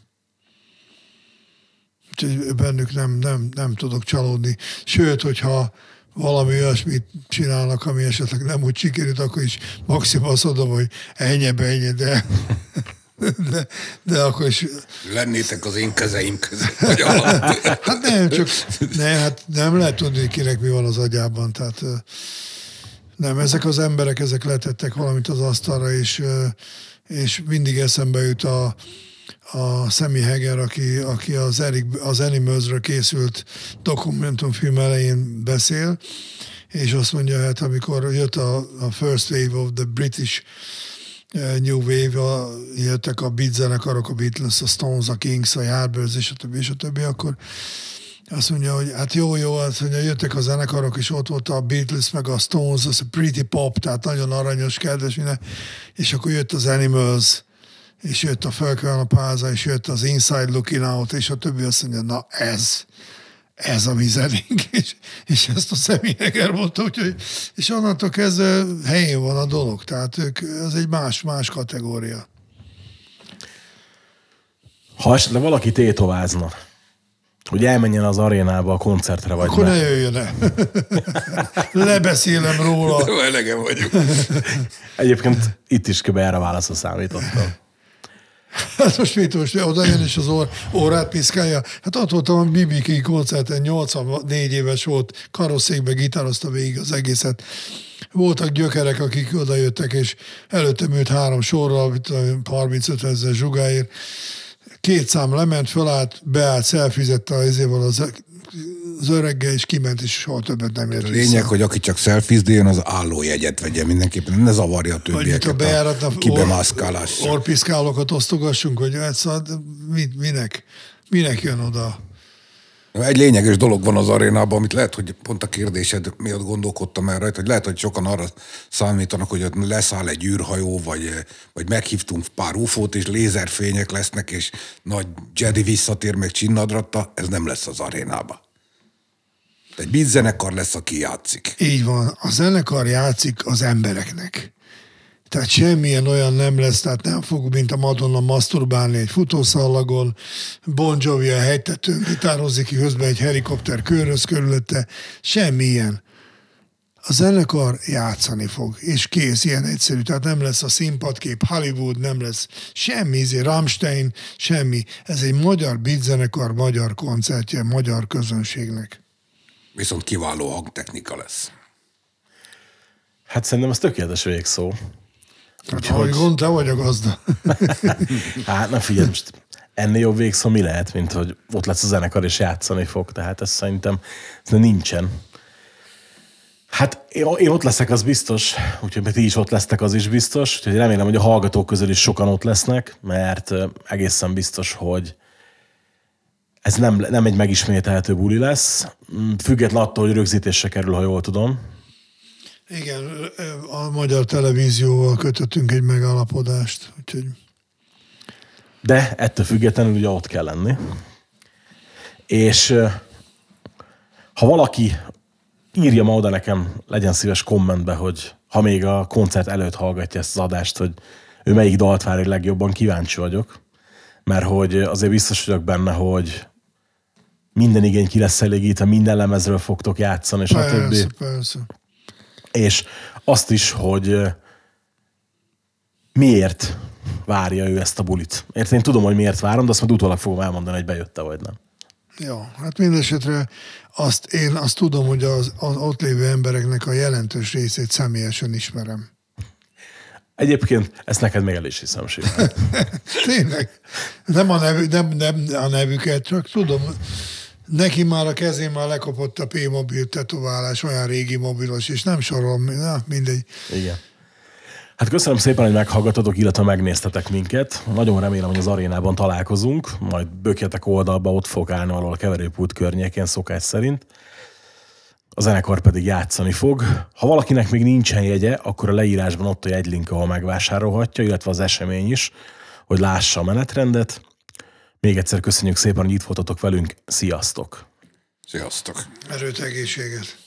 Úgyhogy bennük nem, nem, nem tudok csalódni. Sőt, hogyha valami olyasmit csinálnak, ami esetleg nem úgy sikerült, akkor is maximum azt mondom, hogy ennyi, ennyi, de... De, de akkor is... Lennétek az én kezeim között. Hát nem, csak nem, hát nem lehet tudni, kinek mi van az agyában. Tehát nem, ezek az emberek, ezek letettek valamit az asztalra, és, és mindig eszembe jut a, a Sammy Hagar, aki, aki az, Eric, az Animalsről készült dokumentumfilm elején beszél, és azt mondja, hát amikor jött a, a First Wave of the British New Wave, jöttek a beat zenekarok, a Beatles, a Stones, a Kings, a Yardbirds, és a többi, és a többi, akkor azt mondja, hogy hát jó, jó, azt mondja, jöttek a zenekarok, és ott volt a Beatles, meg a Stones, az a pretty pop, tehát nagyon aranyos, kedves, minden, és akkor jött az Animals, és jött a Falcon a Páza, és jött az Inside Looking Out, és a többi azt mondja, na ez, ez a mi zenénk, és, és ezt a Sammy Hagar mondta, úgyhogy, és onnantól kezdve helyén van a dolog, tehát ők, ez egy más, más kategória. Ha esetleg valaki tétovázna, hogy elmenjen az arénába a koncertre, vagy akkor ne. ne jöjjön el. Lebeszélem róla. De elegem vagyok. Egyébként itt is kb. Erre válaszra számítottam. Hát most mit most, oda jön és az or, órát piszkálja. Hát ott voltam a bé bé ká koncerten, nyolcvannégy éves volt, karosszékbe gitározta végig az egészet. Voltak gyökerek, akik oda jöttek, és előttem ült három sorral, harmincöt ezer zsugáért. Két szám lement, fölállt, beállt, szelfizette azért az, az öreggel, és kiment, és soha többet nem ért vissza. A lényeg, hogy aki csak szelfizdéljen, az állójegyet vegye mindenképpen, ne zavarja a többieket a, a kibemászkálás. Orpiszkálókat osztogassunk, hogy szóval mit, minek, minek jön oda? Egy lényeges dolog van az arénában, amit lehet, hogy pont a kérdésed miatt gondolkodtam el rajta, hogy lehet, hogy sokan arra számítanak, hogy ott leszáll egy űrhajó, vagy, vagy meghívtunk pár ufót, és lézerfények lesznek, és nagy Jedi visszatér, meg csinnadratta, ez nem lesz az arénában. Egy beat zenekar lesz, aki játszik. Így van. A zenekar játszik az embereknek. Tehát semmilyen olyan nem lesz, tehát nem fog, mint a Madonna maszturbálni egy futószallagon, Bon Jovi a hegytetőn gitározik, közben egy helikopter köröz körülötte, semmilyen. A zenekar játszani fog, és kész, ilyen egyszerű. Tehát nem lesz a színpadkép, Hollywood, nem lesz semmi, Rammstein, semmi. Ez egy magyar beat zenekar, magyar koncertje, magyar közönségnek. Viszont kiváló hangtechnika lesz. Hát szerintem ez tökéletes végszó. Hát, ahogy gond, te vagy a gazda. Hát nem figyelj, most ennél jobb végszó mi lehet, mint hogy ott lesz a zenekar és játszani fog. Tehát ez szerintem ez nincsen. Hát én ott leszek, az biztos, úgyhogy ti is ott lesztek, az is biztos. Úgyhogy remélem, hogy a hallgatók közül is sokan ott lesznek, mert egészen biztos, hogy ez nem, nem egy megismételhető buli lesz. Független attól, hogy rögzítésre kerül, ha jól tudom. Igen, a magyar televízióval kötöttünk egy megállapodást, úgyhogy... De ettől függetlenül ugye ott kell lenni. És ha valaki írja ma oda nekem, legyen szíves kommentbe, hogy ha még a koncert előtt hallgatja ezt az adást, hogy ő melyik dalt várja legjobban, kíváncsi vagyok. Mert hogy azért biztos vagyok benne, hogy minden igény ki lesz elégítve, minden lemezről fogtok játszani, és persze, a többi. Persze. És azt is, hogy miért várja ő ezt a bulit. Érted? Én tudom, hogy miért várom, de azt majd utólag fogom elmondani, hogy bejött-e vagy nem. Jó, hát mindesetre azt, én azt tudom, hogy az, az ott lévő embereknek a jelentős részét személyesen ismerem. Egyébként ezt neked még el is hiszem, simán. Tényleg. Nem a, nevü, nem, nem a nevüket, csak tudom. Neki már a kezén már lekapott a P-mobil tetoválás, olyan régi mobilos, és nem sorolom, na, mindegy. Igen. Hát köszönöm szépen, hogy meghallgatotok, illetve megnéztetek minket. Nagyon remélem, hogy az arénában találkozunk, majd bökjetek oldalba, ott fog állni valahol a keverőpult környékén szokás szerint. A zenekar pedig játszani fog. Ha valakinek még nincsen jegye, akkor a leírásban ott a jegylink, ahol megvásárolhatja, illetve az esemény is, hogy lássa a menetrendet. Még egyszer köszönjük szépen, hogy itt voltatok velünk. Sziasztok! Sziasztok! Erőt, egészséget!